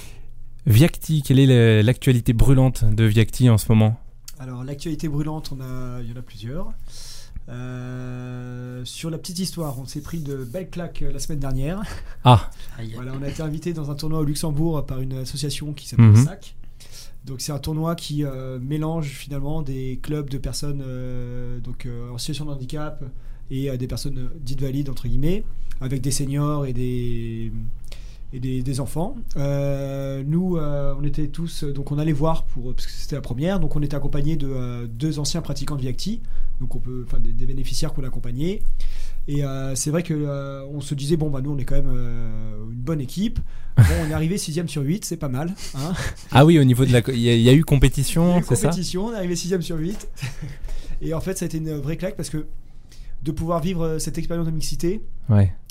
Viacti, quelle est l'actualité brûlante de Viacti en ce moment? Alors l'actualité brûlante, on a, il y en a plusieurs. Euh, sur la petite histoire, on s'est pris de belles claques la semaine dernière. Ah. Voilà, on a été invité dans un tournoi au Luxembourg par une association qui s'appelle mmh. S A C. Donc c'est un tournoi qui euh, mélange finalement des clubs de personnes euh, donc, euh, en situation de handicap et euh, des personnes dites valides entre guillemets, avec des seniors et des et des, des enfants. Euh, nous, euh, on était tous, donc on allait voir pour parce que c'était la première, donc on était accompagnés de euh, deux anciens pratiquants de Viacti, donc on peut, enfin des, des bénéficiaires qu'on accompagnait. Et euh, c'est vrai que euh, on se disait bon bah nous on est quand même euh, une bonne équipe. Bon, on est arrivé sixième sur huit, c'est pas mal. Hein. Ah oui, au niveau de la, il y, y a eu compétition, c'est ça? Compétition, on est arrivé sixième sur huit. Et en fait, ça a été une vraie claque parce que de pouvoir vivre cette expérience de mixité. Ouais.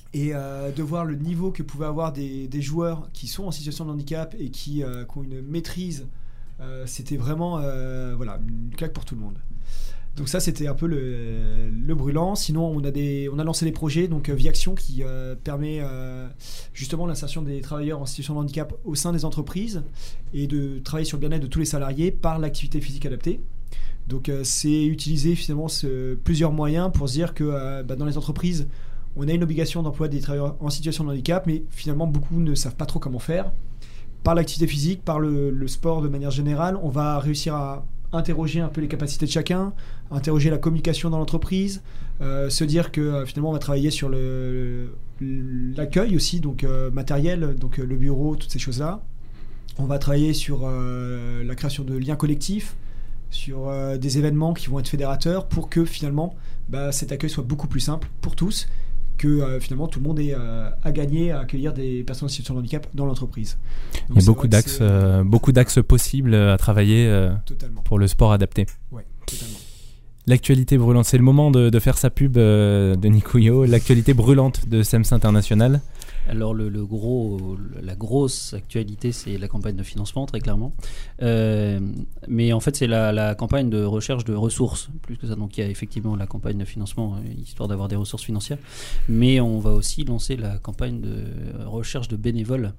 Et euh, de voir le niveau que pouvaient avoir des, des joueurs qui sont en situation de handicap et qui, euh, qui ont une maîtrise, euh, c'était vraiment euh, voilà, une claque pour tout le monde. Donc ça, c'était un peu le, le brûlant. Sinon, on a, des, on a lancé des projets, donc euh, Viaction, qui euh, permet euh, justement l'insertion des travailleurs en situation de handicap au sein des entreprises et de travailler sur le bien-être de tous les salariés par l'activité physique adaptée. Donc euh, c'est utiliser finalement ce, plusieurs moyens pour se dire que euh, bah, dans les entreprises, on a une obligation d'emploi des travailleurs en situation de handicap, mais finalement beaucoup ne savent pas trop comment faire. Par l'activité physique, par le, le sport de manière générale, on va réussir à interroger un peu les capacités de chacun, interroger la communication dans l'entreprise, euh, se dire que euh, finalement on va travailler sur le, l'accueil aussi, donc euh, matériel, donc euh, le bureau, toutes ces choses-là. On va travailler sur euh, la création de liens collectifs, sur euh, des événements qui vont être fédérateurs pour que finalement bah, cet accueil soit beaucoup plus simple pour tous, que euh, finalement tout le monde ait euh, à gagner à accueillir des personnes en situation de handicap dans l'entreprise. Donc, il y a beaucoup d'axes, euh, beaucoup d'axes possibles à travailler euh, pour le sport adapté. Ouais, totalement. L'actualité brûlante, c'est le moment de, de faire sa pub euh, de Nicoyo, l'actualité brûlante de S E M S International. Alors le, le gros, la grosse actualité, c'est la campagne de financement, très clairement. Euh, mais en fait, c'est la, la campagne de recherche de ressources, plus que ça. Donc il y a effectivement la campagne de financement, euh, histoire d'avoir des ressources financières. Mais on va aussi lancer la campagne de recherche de bénévoles.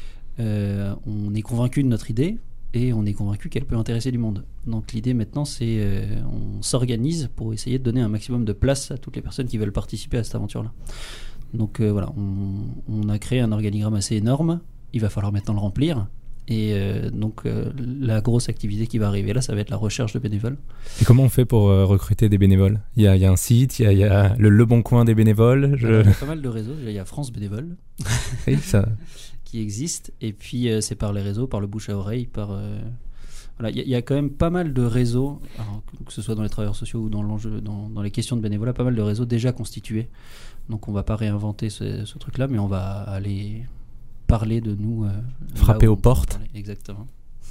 Euh, on est convaincu de notre idée et on est convaincu qu'elle peut intéresser du monde. Donc l'idée maintenant, c'est euh, on s'organise pour essayer de donner un maximum de place à toutes les personnes qui veulent participer à cette aventure-là. Donc euh, voilà, on, on a créé un organigramme assez énorme, il va falloir maintenant le remplir. Et euh, donc euh, la grosse activité qui va arriver là, ça va être la recherche de bénévoles. Et comment on fait pour euh, recruter des bénévoles ? Il y a, il y a un site, il y a, il y a le, le Bon Coin des bénévoles. Je... Alors, il y a pas mal de réseaux, il y a France Bénévoles oui, ça... qui existe. Et puis euh, c'est par les réseaux, par le bouche à oreille, par... Euh... Voilà, il y, y a quand même pas mal de réseaux, alors, que, que ce soit dans les travailleurs sociaux ou dans, l'enjeu, dans, dans les questions de bénévolat, pas mal de réseaux déjà constitués. Donc on va pas réinventer ce, ce truc-là, mais on va aller parler de nous. Euh, Frapper aux portes. Exactement.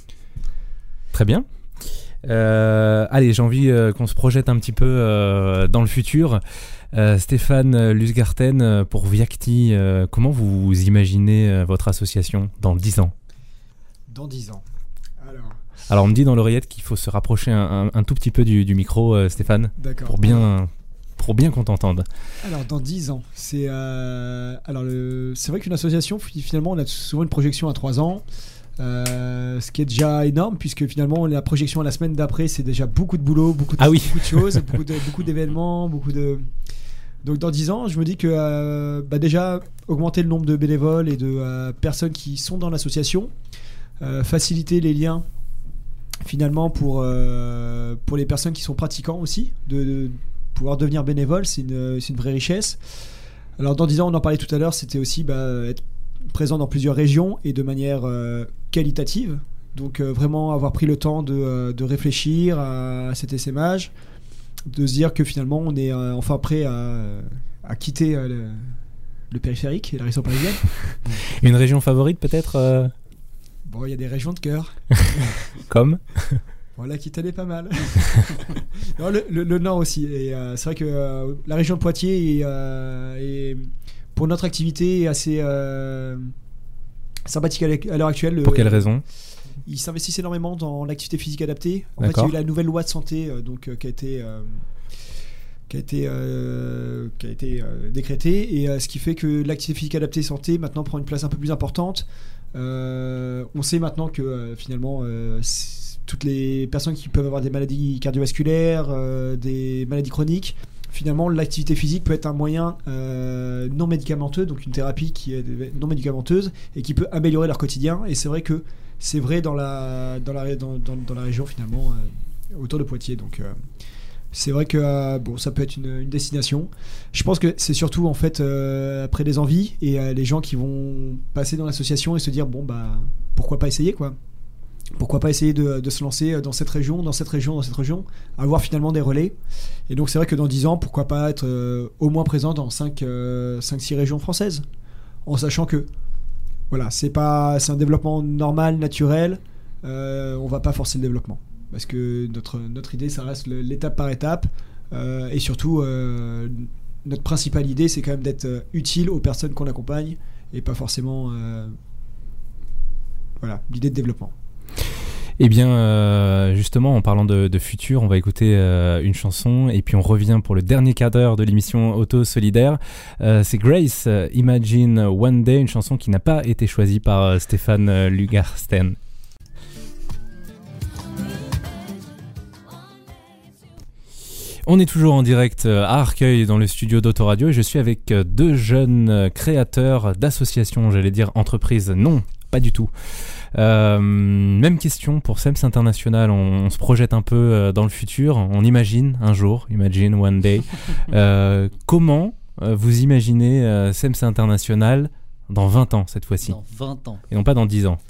Très bien. Euh, allez, j'ai envie euh, qu'on se projette un petit peu euh, dans le futur. Euh, Stéphane Lusgarten, euh, pour Viacti, euh, comment vous imaginez euh, votre association dans dix ans ? Dans dix ans. Alors... Alors on me dit dans l'oreillette qu'il faut se rapprocher un, un, un tout petit peu du, du micro, euh, Stéphane, D'accord. pour bien... pour bien qu'on t'entende. Alors dans dix ans, c'est euh, alors le, c'est vrai qu'une association, finalement on a souvent une projection à trois ans, euh, ce qui est déjà énorme puisque finalement la projection à la semaine d'après c'est déjà beaucoup de boulot, beaucoup de, ah oui. beaucoup de choses, beaucoup, de, beaucoup d'événements, beaucoup de... Donc dans dix ans je me dis que euh, bah déjà augmenter le nombre de bénévoles et de euh, personnes qui sont dans l'association, euh, faciliter les liens finalement pour, euh, pour les personnes qui sont pratiquants aussi, de, de pouvoir devenir bénévole, c'est une, c'est une vraie richesse. Alors dans dix ans, on en parlait tout à l'heure, c'était aussi bah, être présent dans plusieurs régions et de manière euh, qualitative. Donc euh, vraiment avoir pris le temps de, euh, de réfléchir à, à cet essaimage, de se dire que finalement on est euh, enfin prêt à, à quitter euh, le, le périphérique et la région parisienne. Une région favorite peut-être euh... Bon, il y a des régions de cœur. Comme Bon, l'Aquitaine est pas mal. non, le, le, le Nord aussi. Et, euh, c'est vrai que euh, la région de Poitiers est, euh, est, pour notre activité est assez euh, sympathique à l'heure actuelle. Pour quelle raison ? Ils s'investissent énormément dans l'activité physique adaptée. En D'accord. fait, il y a eu la nouvelle loi de santé euh, donc, euh, qui a été, euh, qui a été, euh, qui a été euh, décrétée. Et euh, ce qui fait que l'activité physique adaptée santé maintenant prend une place un peu plus importante. Euh, on sait maintenant que euh, finalement euh, toutes les personnes qui peuvent avoir des maladies cardiovasculaires, euh, des maladies chroniques, finalement l'activité physique peut être un moyen euh, non médicamenteux, donc une thérapie qui est non médicamenteuse et qui peut améliorer leur quotidien. Et c'est vrai que c'est vrai dans la, dans la, dans, dans, dans la région finalement euh, autour de Poitiers. Donc euh, c'est vrai que euh, bon, ça peut être une, une destination. Je pense que c'est surtout en fait euh, après des envies et euh, les gens qui vont passer dans l'association et se dire bon bah pourquoi pas essayer quoi. Pourquoi pas essayer de, de se lancer dans cette région, dans cette région, dans cette région, avoir finalement des relais. Et donc c'est vrai que dans dix ans, pourquoi pas être euh, au moins présent dans cinq six régions françaises, en sachant que voilà, c'est pas, c'est un développement normal, naturel, euh, on va pas forcer le développement. Parce que notre, notre idée, ça reste le, l'étape par étape, euh, et surtout euh, notre principale idée, c'est quand même d'être euh, utile aux personnes qu'on accompagne et pas forcément euh, voilà, l'idée de développement. Eh bien, euh, justement, en parlant de, de futur, on va écouter euh, une chanson et puis on revient pour le dernier quart d'heure de l'émission Auto Solidaire. Euh, c'est Grace, euh, Imagine One Day, une chanson qui n'a pas été choisie par euh, Stéphane euh, Lugarsten. On est toujours en direct à Arcueil dans le studio d'Autoradio et je suis avec deux jeunes créateurs d'associations, j'allais dire entreprises. Non, pas du tout. Euh, même question pour S E M S International, on, on se projette un peu dans le futur, on imagine un jour, imagine one day. Euh, comment vous imaginez euh, S E M S International dans vingt ans cette fois-ci ? Dans vingt ans. Et non pas dans dix ans.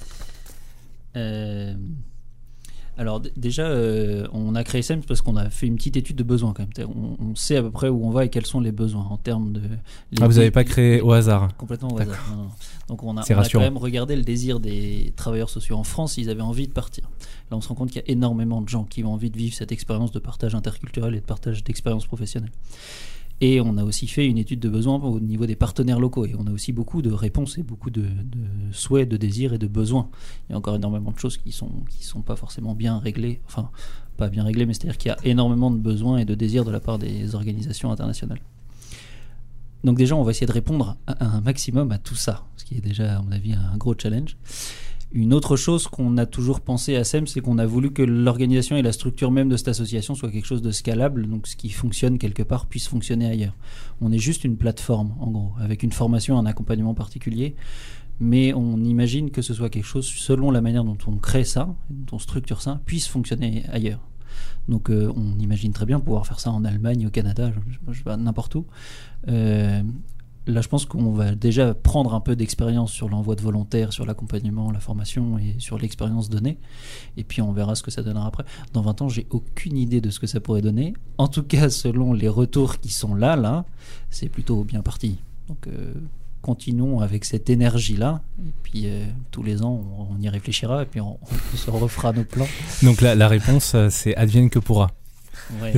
Euh... Alors d- déjà, euh, on a créé S E M S parce qu'on a fait une petite étude de besoins quand même. On, on sait à peu près où on va et quels sont les besoins en termes de... Ah, vous n'avez pas créé au hasard ? Complètement au hasard. Non, non. Donc on a, C'est on a quand rassurant. même regardé le désir des travailleurs sociaux en France, ils avaient envie de partir. Là on se rend compte qu'il y a énormément de gens qui ont envie de vivre cette expérience de partage interculturel et de partage d'expériences professionnelles. Et on a aussi fait une étude de besoins au niveau des partenaires locaux. Et on a aussi beaucoup de réponses et beaucoup de, de souhaits, de désirs et de besoins. Il y a encore énormément de choses qui ne sont, qui sont pas forcément bien réglées. Enfin, pas bien réglées, mais c'est-à-dire qu'il y a énormément de besoins et de désirs de la part des organisations internationales. Donc déjà, on va essayer de répondre à un maximum à tout ça, ce qui est déjà, à mon avis, un gros challenge. Une autre chose qu'on a toujours pensé à S E M, c'est qu'on a voulu que l'organisation et la structure même de cette association soient quelque chose de scalable, donc ce qui fonctionne quelque part puisse fonctionner ailleurs. On est juste une plateforme, en gros, avec une formation, un accompagnement particulier, mais on imagine que ce soit quelque chose, selon la manière dont on crée ça, dont on structure ça, puisse fonctionner ailleurs. Donc euh, on imagine très bien pouvoir faire ça en Allemagne, au Canada, je, je sais pas, n'importe où. Euh, Là, je pense qu'on va déjà prendre un peu d'expérience sur l'envoi de volontaires, sur l'accompagnement, la formation et sur l'expérience donnée. Et puis, on verra ce que ça donnera après. Dans vingt ans, j'ai aucune idée de ce que ça pourrait donner. En tout cas, selon les retours qui sont là, là, c'est plutôt bien parti. Donc, euh, continuons avec cette énergie-là. Et puis, euh, tous les ans, on, on y réfléchira et puis on, on se refera nos plans. Donc, la, la réponse, c'est advienne que pourra. Ouais.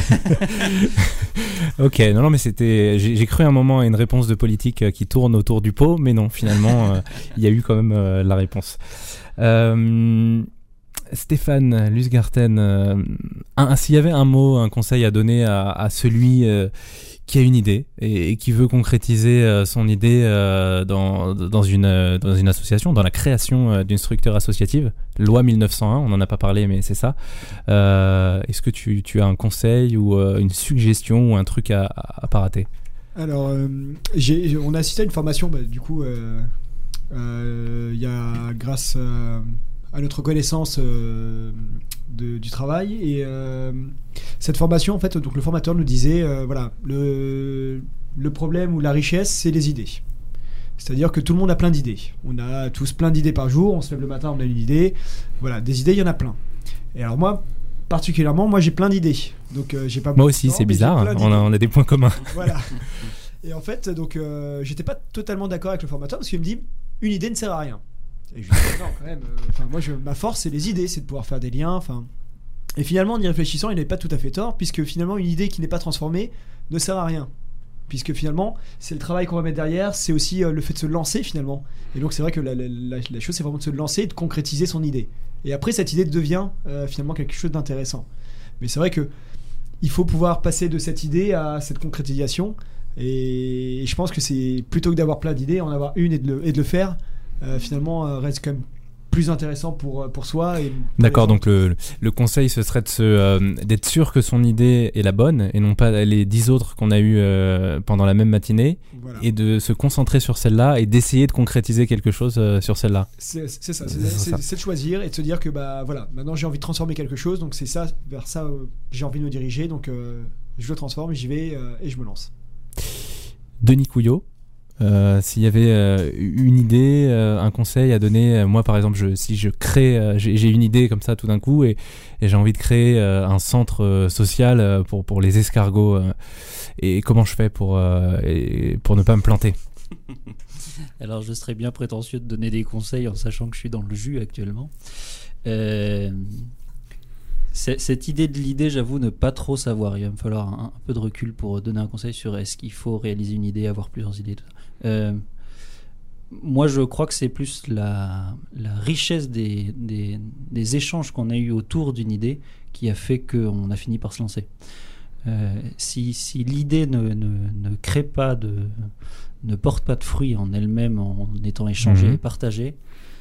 Ok, non, non, mais c'était. J'ai, j'ai cru un moment à une réponse de politique euh, qui tourne autour du pot, mais non, finalement, euh, il y a eu quand même euh, la réponse. Euh, Stéphane Lusgarten, euh, un, s'il y avait un mot, un conseil à donner à, à celui euh, qui a une idée et, et qui veut concrétiser euh, son idée euh, dans, dans, une, euh, dans une association, dans la création euh, d'une structure associative, loi mille neuf cent un, on n'en a pas parlé mais c'est ça. Euh, est-ce que tu, tu as un conseil ou euh, une suggestion ou un truc à, à, à pas rater ? Alors, euh, j'ai, on a assisté à une formation, bah, du coup, il euh, euh, y a grâce euh, à notre connaissance euh, de, du travail et euh, cette formation, en fait, donc le formateur nous disait, euh, voilà, le, le problème ou la richesse, c'est les idées. C'est-à-dire que tout le monde a plein d'idées. On a tous plein d'idées par jour. On se lève le matin, on a une idée. Voilà, des idées, il y en a plein. Et alors moi, particulièrement, moi j'ai plein d'idées. Donc euh, j'ai pas. Moi aussi, temps, c'est bizarre. On a, on a des points communs. Voilà. Et en fait, donc euh, j'étais pas totalement d'accord avec le formateur parce qu'il me dit une idée ne sert à rien. Et je lui dis non, quand même. Enfin, euh, moi, je, ma force, c'est les idées, c'est de pouvoir faire des liens. Enfin. Et finalement, en y réfléchissant, il n'avait pas tout à fait tort, puisque finalement, une idée qui n'est pas transformée ne sert à rien. Puisque finalement, c'est le travail qu'on va mettre derrière, c'est aussi euh, le fait de se lancer finalement. Et donc, c'est vrai que la, la, la, la chose, c'est vraiment de se lancer et de concrétiser son idée. Et après, cette idée devient euh, finalement quelque chose d'intéressant. Mais c'est vrai que il faut pouvoir passer de cette idée à cette concrétisation. Et, et je pense que c'est plutôt que d'avoir plein d'idées, en avoir une et de le, et de le faire, euh, finalement, euh, reste quand même plus intéressant pour, pour soi. Et pour D'accord, donc le, le conseil ce serait de se, euh, d'être sûr que son idée est la bonne et non pas les dix autres qu'on a eues euh, pendant la même matinée, voilà. Et de se concentrer sur celle-là et d'essayer de concrétiser quelque chose euh, sur celle-là. C'est, c'est ça, c'est, c'est, c'est, c'est de choisir et de se dire que bah, voilà, maintenant j'ai envie de transformer quelque chose, donc c'est ça, vers ça euh, j'ai envie de me diriger, donc euh, je le transforme, j'y vais euh, et je me lance. Denis Couillot, Euh, s'il y avait euh, une idée, euh, un conseil à donner, euh, moi par exemple, je, si je crée, euh, j'ai, j'ai une idée comme ça tout d'un coup et, et j'ai envie de créer euh, un centre euh, social euh, pour, pour les escargots, euh, et comment je fais pour, euh, et pour ne pas me planter? Alors je serais bien prétentieux de donner des conseils en sachant que je suis dans le jus actuellement. Euh, C'est, cette idée de l'idée, j'avoue ne pas trop savoir. Il va me falloir un, un peu de recul pour donner un conseil sur est-ce qu'il faut réaliser une idée, avoir plusieurs idées. Tout ça. Euh, moi, je crois que c'est plus la, la richesse des, des, des échanges qu'on a eu autour d'une idée qui a fait qu'on a fini par se lancer. Euh, si, si l'idée ne, ne, ne crée pas de, ne porte pas de fruits en elle-même en étant échangée Mmh. et partagée,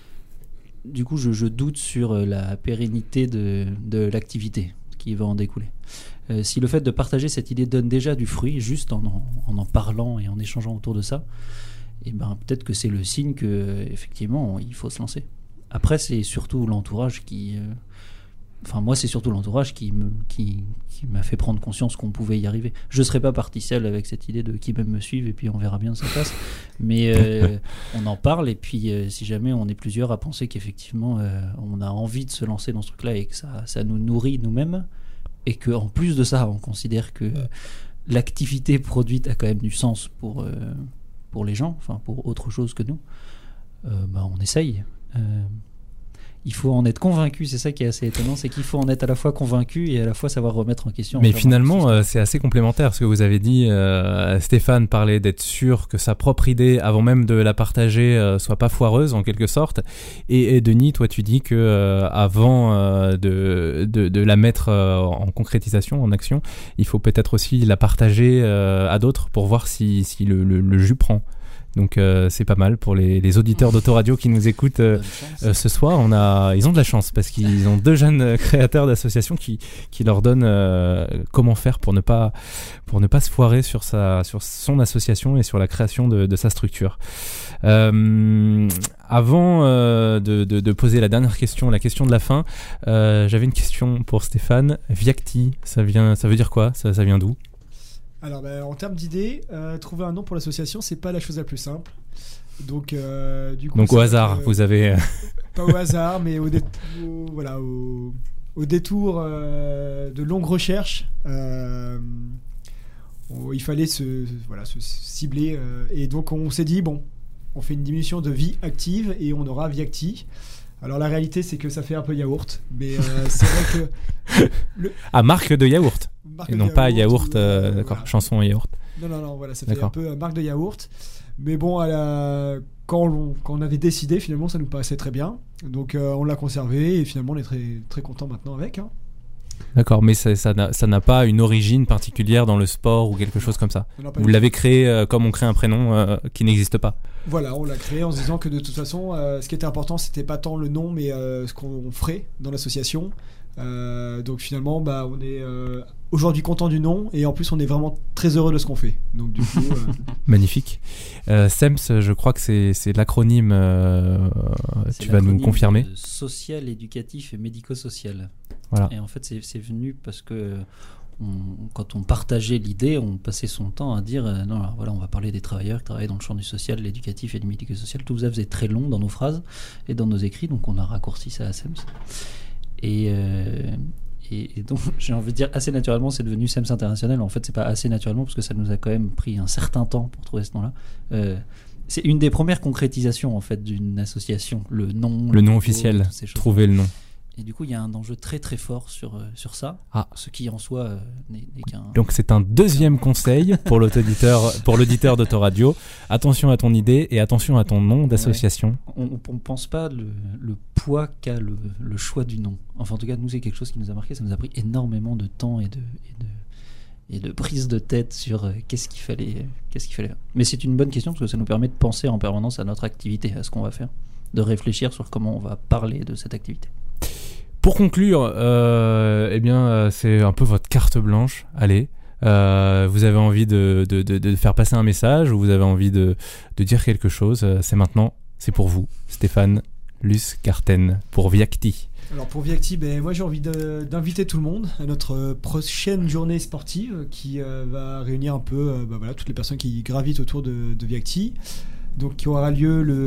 du coup, je, je doute sur la pérennité de, de l'activité qui va en découler. Euh, si le fait de partager cette idée donne déjà du fruit, juste en en, en, en parlant et en échangeant autour de ça, et ben, peut-être que c'est le signe qu'effectivement, il faut se lancer. Après, c'est surtout l'entourage qui... Euh, enfin, moi, c'est surtout l'entourage qui, me, qui, qui m'a fait prendre conscience qu'on pouvait y arriver. Je ne serais pas parti seul avec cette idée de qui même me suive et puis on verra bien ce qui se passe. Mais euh, on en parle et puis euh, si jamais on est plusieurs à penser qu'effectivement euh, on a envie de se lancer dans ce truc-là et que ça, ça nous nourrit nous-mêmes et qu'en plus de ça, on considère que euh, l'activité produite a quand même du sens pour, euh, pour les gens, enfin pour autre chose que nous, euh, bah, on essaye. Euh, Il faut en être convaincu, c'est ça qui est assez étonnant, c'est qu'il faut en être à la fois convaincu et à la fois savoir remettre en question. Mais finalement, euh, c'est assez complémentaire ce que vous avez dit. Euh, Stéphane parlait d'être sûr que sa propre idée, avant même de la partager, euh, soit pas foireuse en quelque sorte. Et, et Denis, toi, tu dis que euh, avant euh, de, de, de la mettre euh, en concrétisation, en action, il faut peut-être aussi la partager euh, à d'autres pour voir si, si le, le, le jus prend. Donc euh, c'est pas mal pour les, les auditeurs d'Autoradio qui nous écoutent euh, euh, ce soir. On a, ils ont de la chance parce qu'ils ont deux jeunes créateurs d'associations qui, qui leur donnent euh, comment faire pour ne pas, pour ne pas se foirer sur, sa, sur son association et sur la création de, de sa structure. Euh, avant euh, de, de, de poser la dernière question, la question de la fin, euh, j'avais une question pour Stéphane. Viacti, ça, vient, ça veut dire quoi? ça, ça vient d'où? Alors, bah, en termes d'idées, euh, trouver un nom pour l'association, c'est pas la chose la plus simple. Donc, euh, du coup, Donc au hasard, euh, vous avez... Pas au hasard, mais au, dé- au, voilà, au, au détour euh, de longues recherches, euh, on, il fallait se, voilà, se cibler. Euh, et donc, on s'est dit, bon, on fait une diminution de vie active et on aura Viacti. Alors la réalité, c'est que ça fait un peu yaourt, mais euh, c'est vrai que... Le... Ah, marque de yaourt marque et non yaourt, pas yaourt, ou, euh, d'accord, voilà. chanson yaourt. Non, non, non, voilà, ça d'accord. fait un peu euh, marque de yaourt. Mais bon, à la... quand, on, quand on avait décidé, finalement, ça nous paraissait très bien. Donc euh, on l'a conservé et finalement, on est très, très content maintenant avec. Hein. D'accord, mais ça, ça, n'a, ça n'a pas une origine particulière dans le sport ou quelque chose comme ça. Vous l'avez créé euh, comme on crée un prénom euh, qui n'existe pas. Voilà, on l'a créé en se disant que de toute façon, euh, ce qui était important, c'était pas tant le nom, mais euh, ce qu'on ferait dans l'association. Euh, donc finalement, bah, on est euh, aujourd'hui content du nom et en plus, on est vraiment très heureux de ce qu'on fait. Donc du coup, euh... magnifique. Euh, S E M S, je crois que c'est, c'est l'acronyme. Euh, c'est tu vas nous confirmer. Social, éducatif et médico-social. Voilà. Et en fait, c'est, c'est venu parce que on, quand on partageait l'idée, on passait son temps à dire euh, non, alors voilà, on va parler des travailleurs qui travaillent dans le champ du social, de l'éducatif et du médico-social. Tout ça faisait très long dans nos phrases et dans nos écrits, donc on a raccourci ça à S E M S. Et, euh, et, et donc, j'ai envie de dire, assez naturellement, c'est devenu S E M S International. En fait, c'est pas assez naturellement parce que ça nous a quand même pris un certain temps pour trouver ce nom-là. Euh, c'est une des premières concrétisations en fait d'une association, le nom, le, le nom officiel, trouver le nom. Et du coup, il y a un enjeu très très fort sur, euh, sur ça, ah. ce qui en soi euh, n'est, n'est qu'un... Donc c'est un deuxième conseil pour l'auditeur, pour l'auditeur d'Autoradio. Attention à ton idée et attention à ton nom d'association. Ouais. On ne pense pas le, le poids qu'a le, le choix du nom. Enfin en tout cas, nous c'est quelque chose qui nous a marqué. Ça nous a pris énormément de temps et de, et de, et de prise de tête sur euh, qu'est-ce qu'il fallait, euh, qu'est-ce qu'il fallait faire. Mais c'est une bonne question parce que ça nous permet de penser en permanence à notre activité, à ce qu'on va faire, de réfléchir sur comment on va parler de cette activité. Pour conclure, euh, eh bien, euh, c'est un peu votre carte blanche. Allez, euh, vous avez envie de, de, de, de faire passer un message ou vous avez envie de, de dire quelque chose. Euh, c'est maintenant, c'est pour vous, Stéphane Luz-Carten, pour Viacti. Alors pour Viacti, ben, moi j'ai envie de, d'inviter tout le monde à notre prochaine journée sportive qui euh, va réunir un peu euh, ben, voilà, toutes les personnes qui gravitent autour de, de Viacti. Donc, qui aura lieu le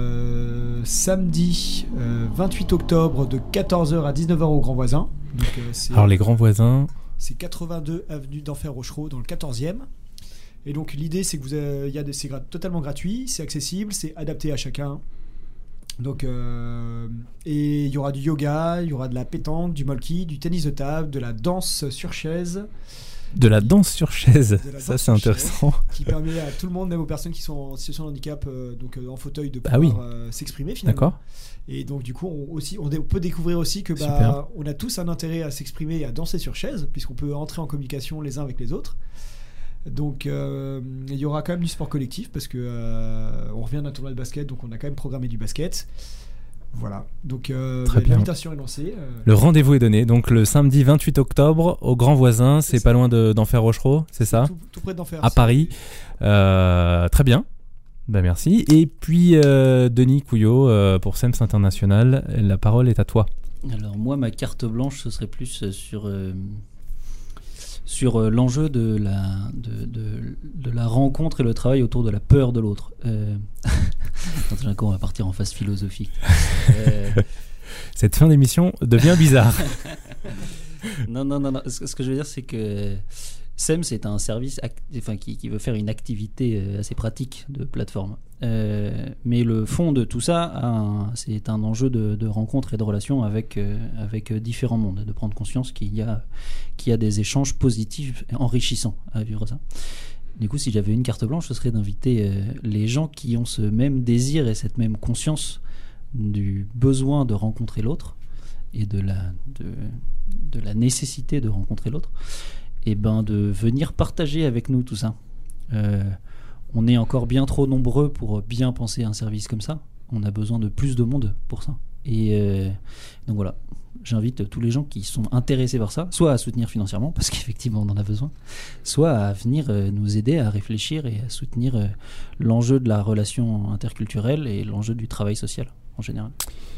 euh, samedi euh, vingt-huit octobre de quatorze heures à dix-neuf heures au Grand Voisin. Donc, euh, c'est, Alors les Grands Voisins, c'est quatre-vingt-deux avenue d'Enfer Rochereau dans le quatorzième. Et donc l'idée c'est que vous avez, y a des, c'est gra- totalement gratuit, c'est accessible, c'est adapté à chacun. Donc, euh, et il y aura du yoga, il y aura de la pétanque, du molki, du tennis de table, de la danse sur chaise. De la danse sur chaise, la ça danse c'est intéressant. Chaise, qui permet à tout le monde, même aux personnes qui sont en situation de handicap, euh, donc euh, en fauteuil, de pouvoir ah oui. euh, s'exprimer finalement. D'accord. Et donc du coup, on, aussi, on, dé- on peut découvrir aussi que bah, on a tous un intérêt à s'exprimer et à danser sur chaise, puisqu'on peut entrer en communication les uns avec les autres. Donc euh, il y aura quand même du sport collectif, parce que euh, on revient d'un tournoi de basket, donc on a quand même programmé du basket. Voilà, donc euh, Très bah, bien. l'invitation est lancée. Euh... Le rendez-vous est donné, donc le samedi vingt-huit octobre au Grand Voisin, c'est, c'est pas loin de, d'Enfer Rochereau, c'est ça tout, tout près d'Enfer. À Paris. Euh, très bien, ben, merci. Et puis euh, Denis Couillot euh, pour SEMS International, la parole est à toi. Alors moi, ma carte blanche, ce serait plus sur... Euh... sur euh, l'enjeu de la, de, de, de la rencontre et le travail autour de la peur de l'autre. Euh... on va partir en phase philosophique. Euh... Cette fin d'émission devient bizarre. non, non, non, non. Ce, ce que je veux dire, c'est que SEMS est un service act... enfin, qui, qui veut faire une activité assez pratique de plateforme. Euh, mais le fond de tout ça, un, c'est un enjeu de, de rencontre et de relation avec, euh, avec différents mondes, de prendre conscience qu'il y a, qu'il y a des échanges positifs et enrichissants à vivre ça. Du coup, si j'avais une carte blanche, ce serait d'inviter euh, les gens qui ont ce même désir et cette même conscience du besoin de rencontrer l'autre et de la, de, de la nécessité de rencontrer l'autre, et ben de venir partager avec nous tout ça. Euh, On est encore bien trop nombreux pour bien penser un service comme ça. On a besoin de plus de monde pour ça. Et euh, donc voilà, j'invite tous les gens qui sont intéressés par ça, soit à soutenir financièrement, parce qu'effectivement on en a besoin, soit à venir euh, nous aider à réfléchir et à soutenir euh, l'enjeu de la relation interculturelle et l'enjeu du travail social en général.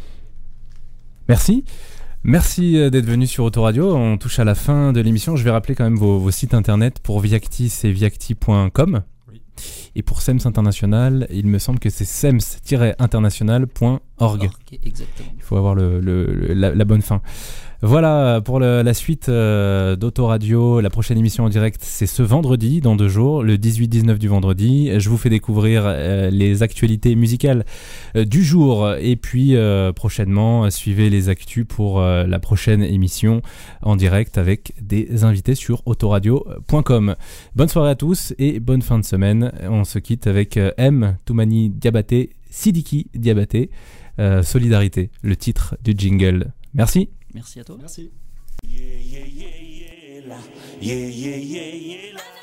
Merci. Merci d'être venu sur Autoradio. On touche à la fin de l'émission. Je vais rappeler quand même vos, vos sites internet. Pour Viacti, c'est viacti point com. Et pour SEMS International, il me semble que c'est sems tiret international point org. Exactement. Il faut avoir le, le, la, la bonne fin. Voilà pour le, la suite euh, d'Autoradio. La prochaine émission en direct, c'est ce vendredi, dans deux jours, le dix-huit dix-neuf du vendredi. Je vous fais découvrir euh, les actualités musicales euh, du jour. Et puis, euh, prochainement, suivez les actus pour euh, la prochaine émission en direct avec des invités sur autoradio point com. Bonne soirée à tous et bonne fin de semaine. On se quitte avec euh, M, Toumani Diabaté, Sidiki Diabaté, euh, Solidarité, le titre du jingle. Merci. Merci à toi. Merci. Yeah, yeah, yeah, yeah, la. Yeah, yeah, yeah, yeah, la.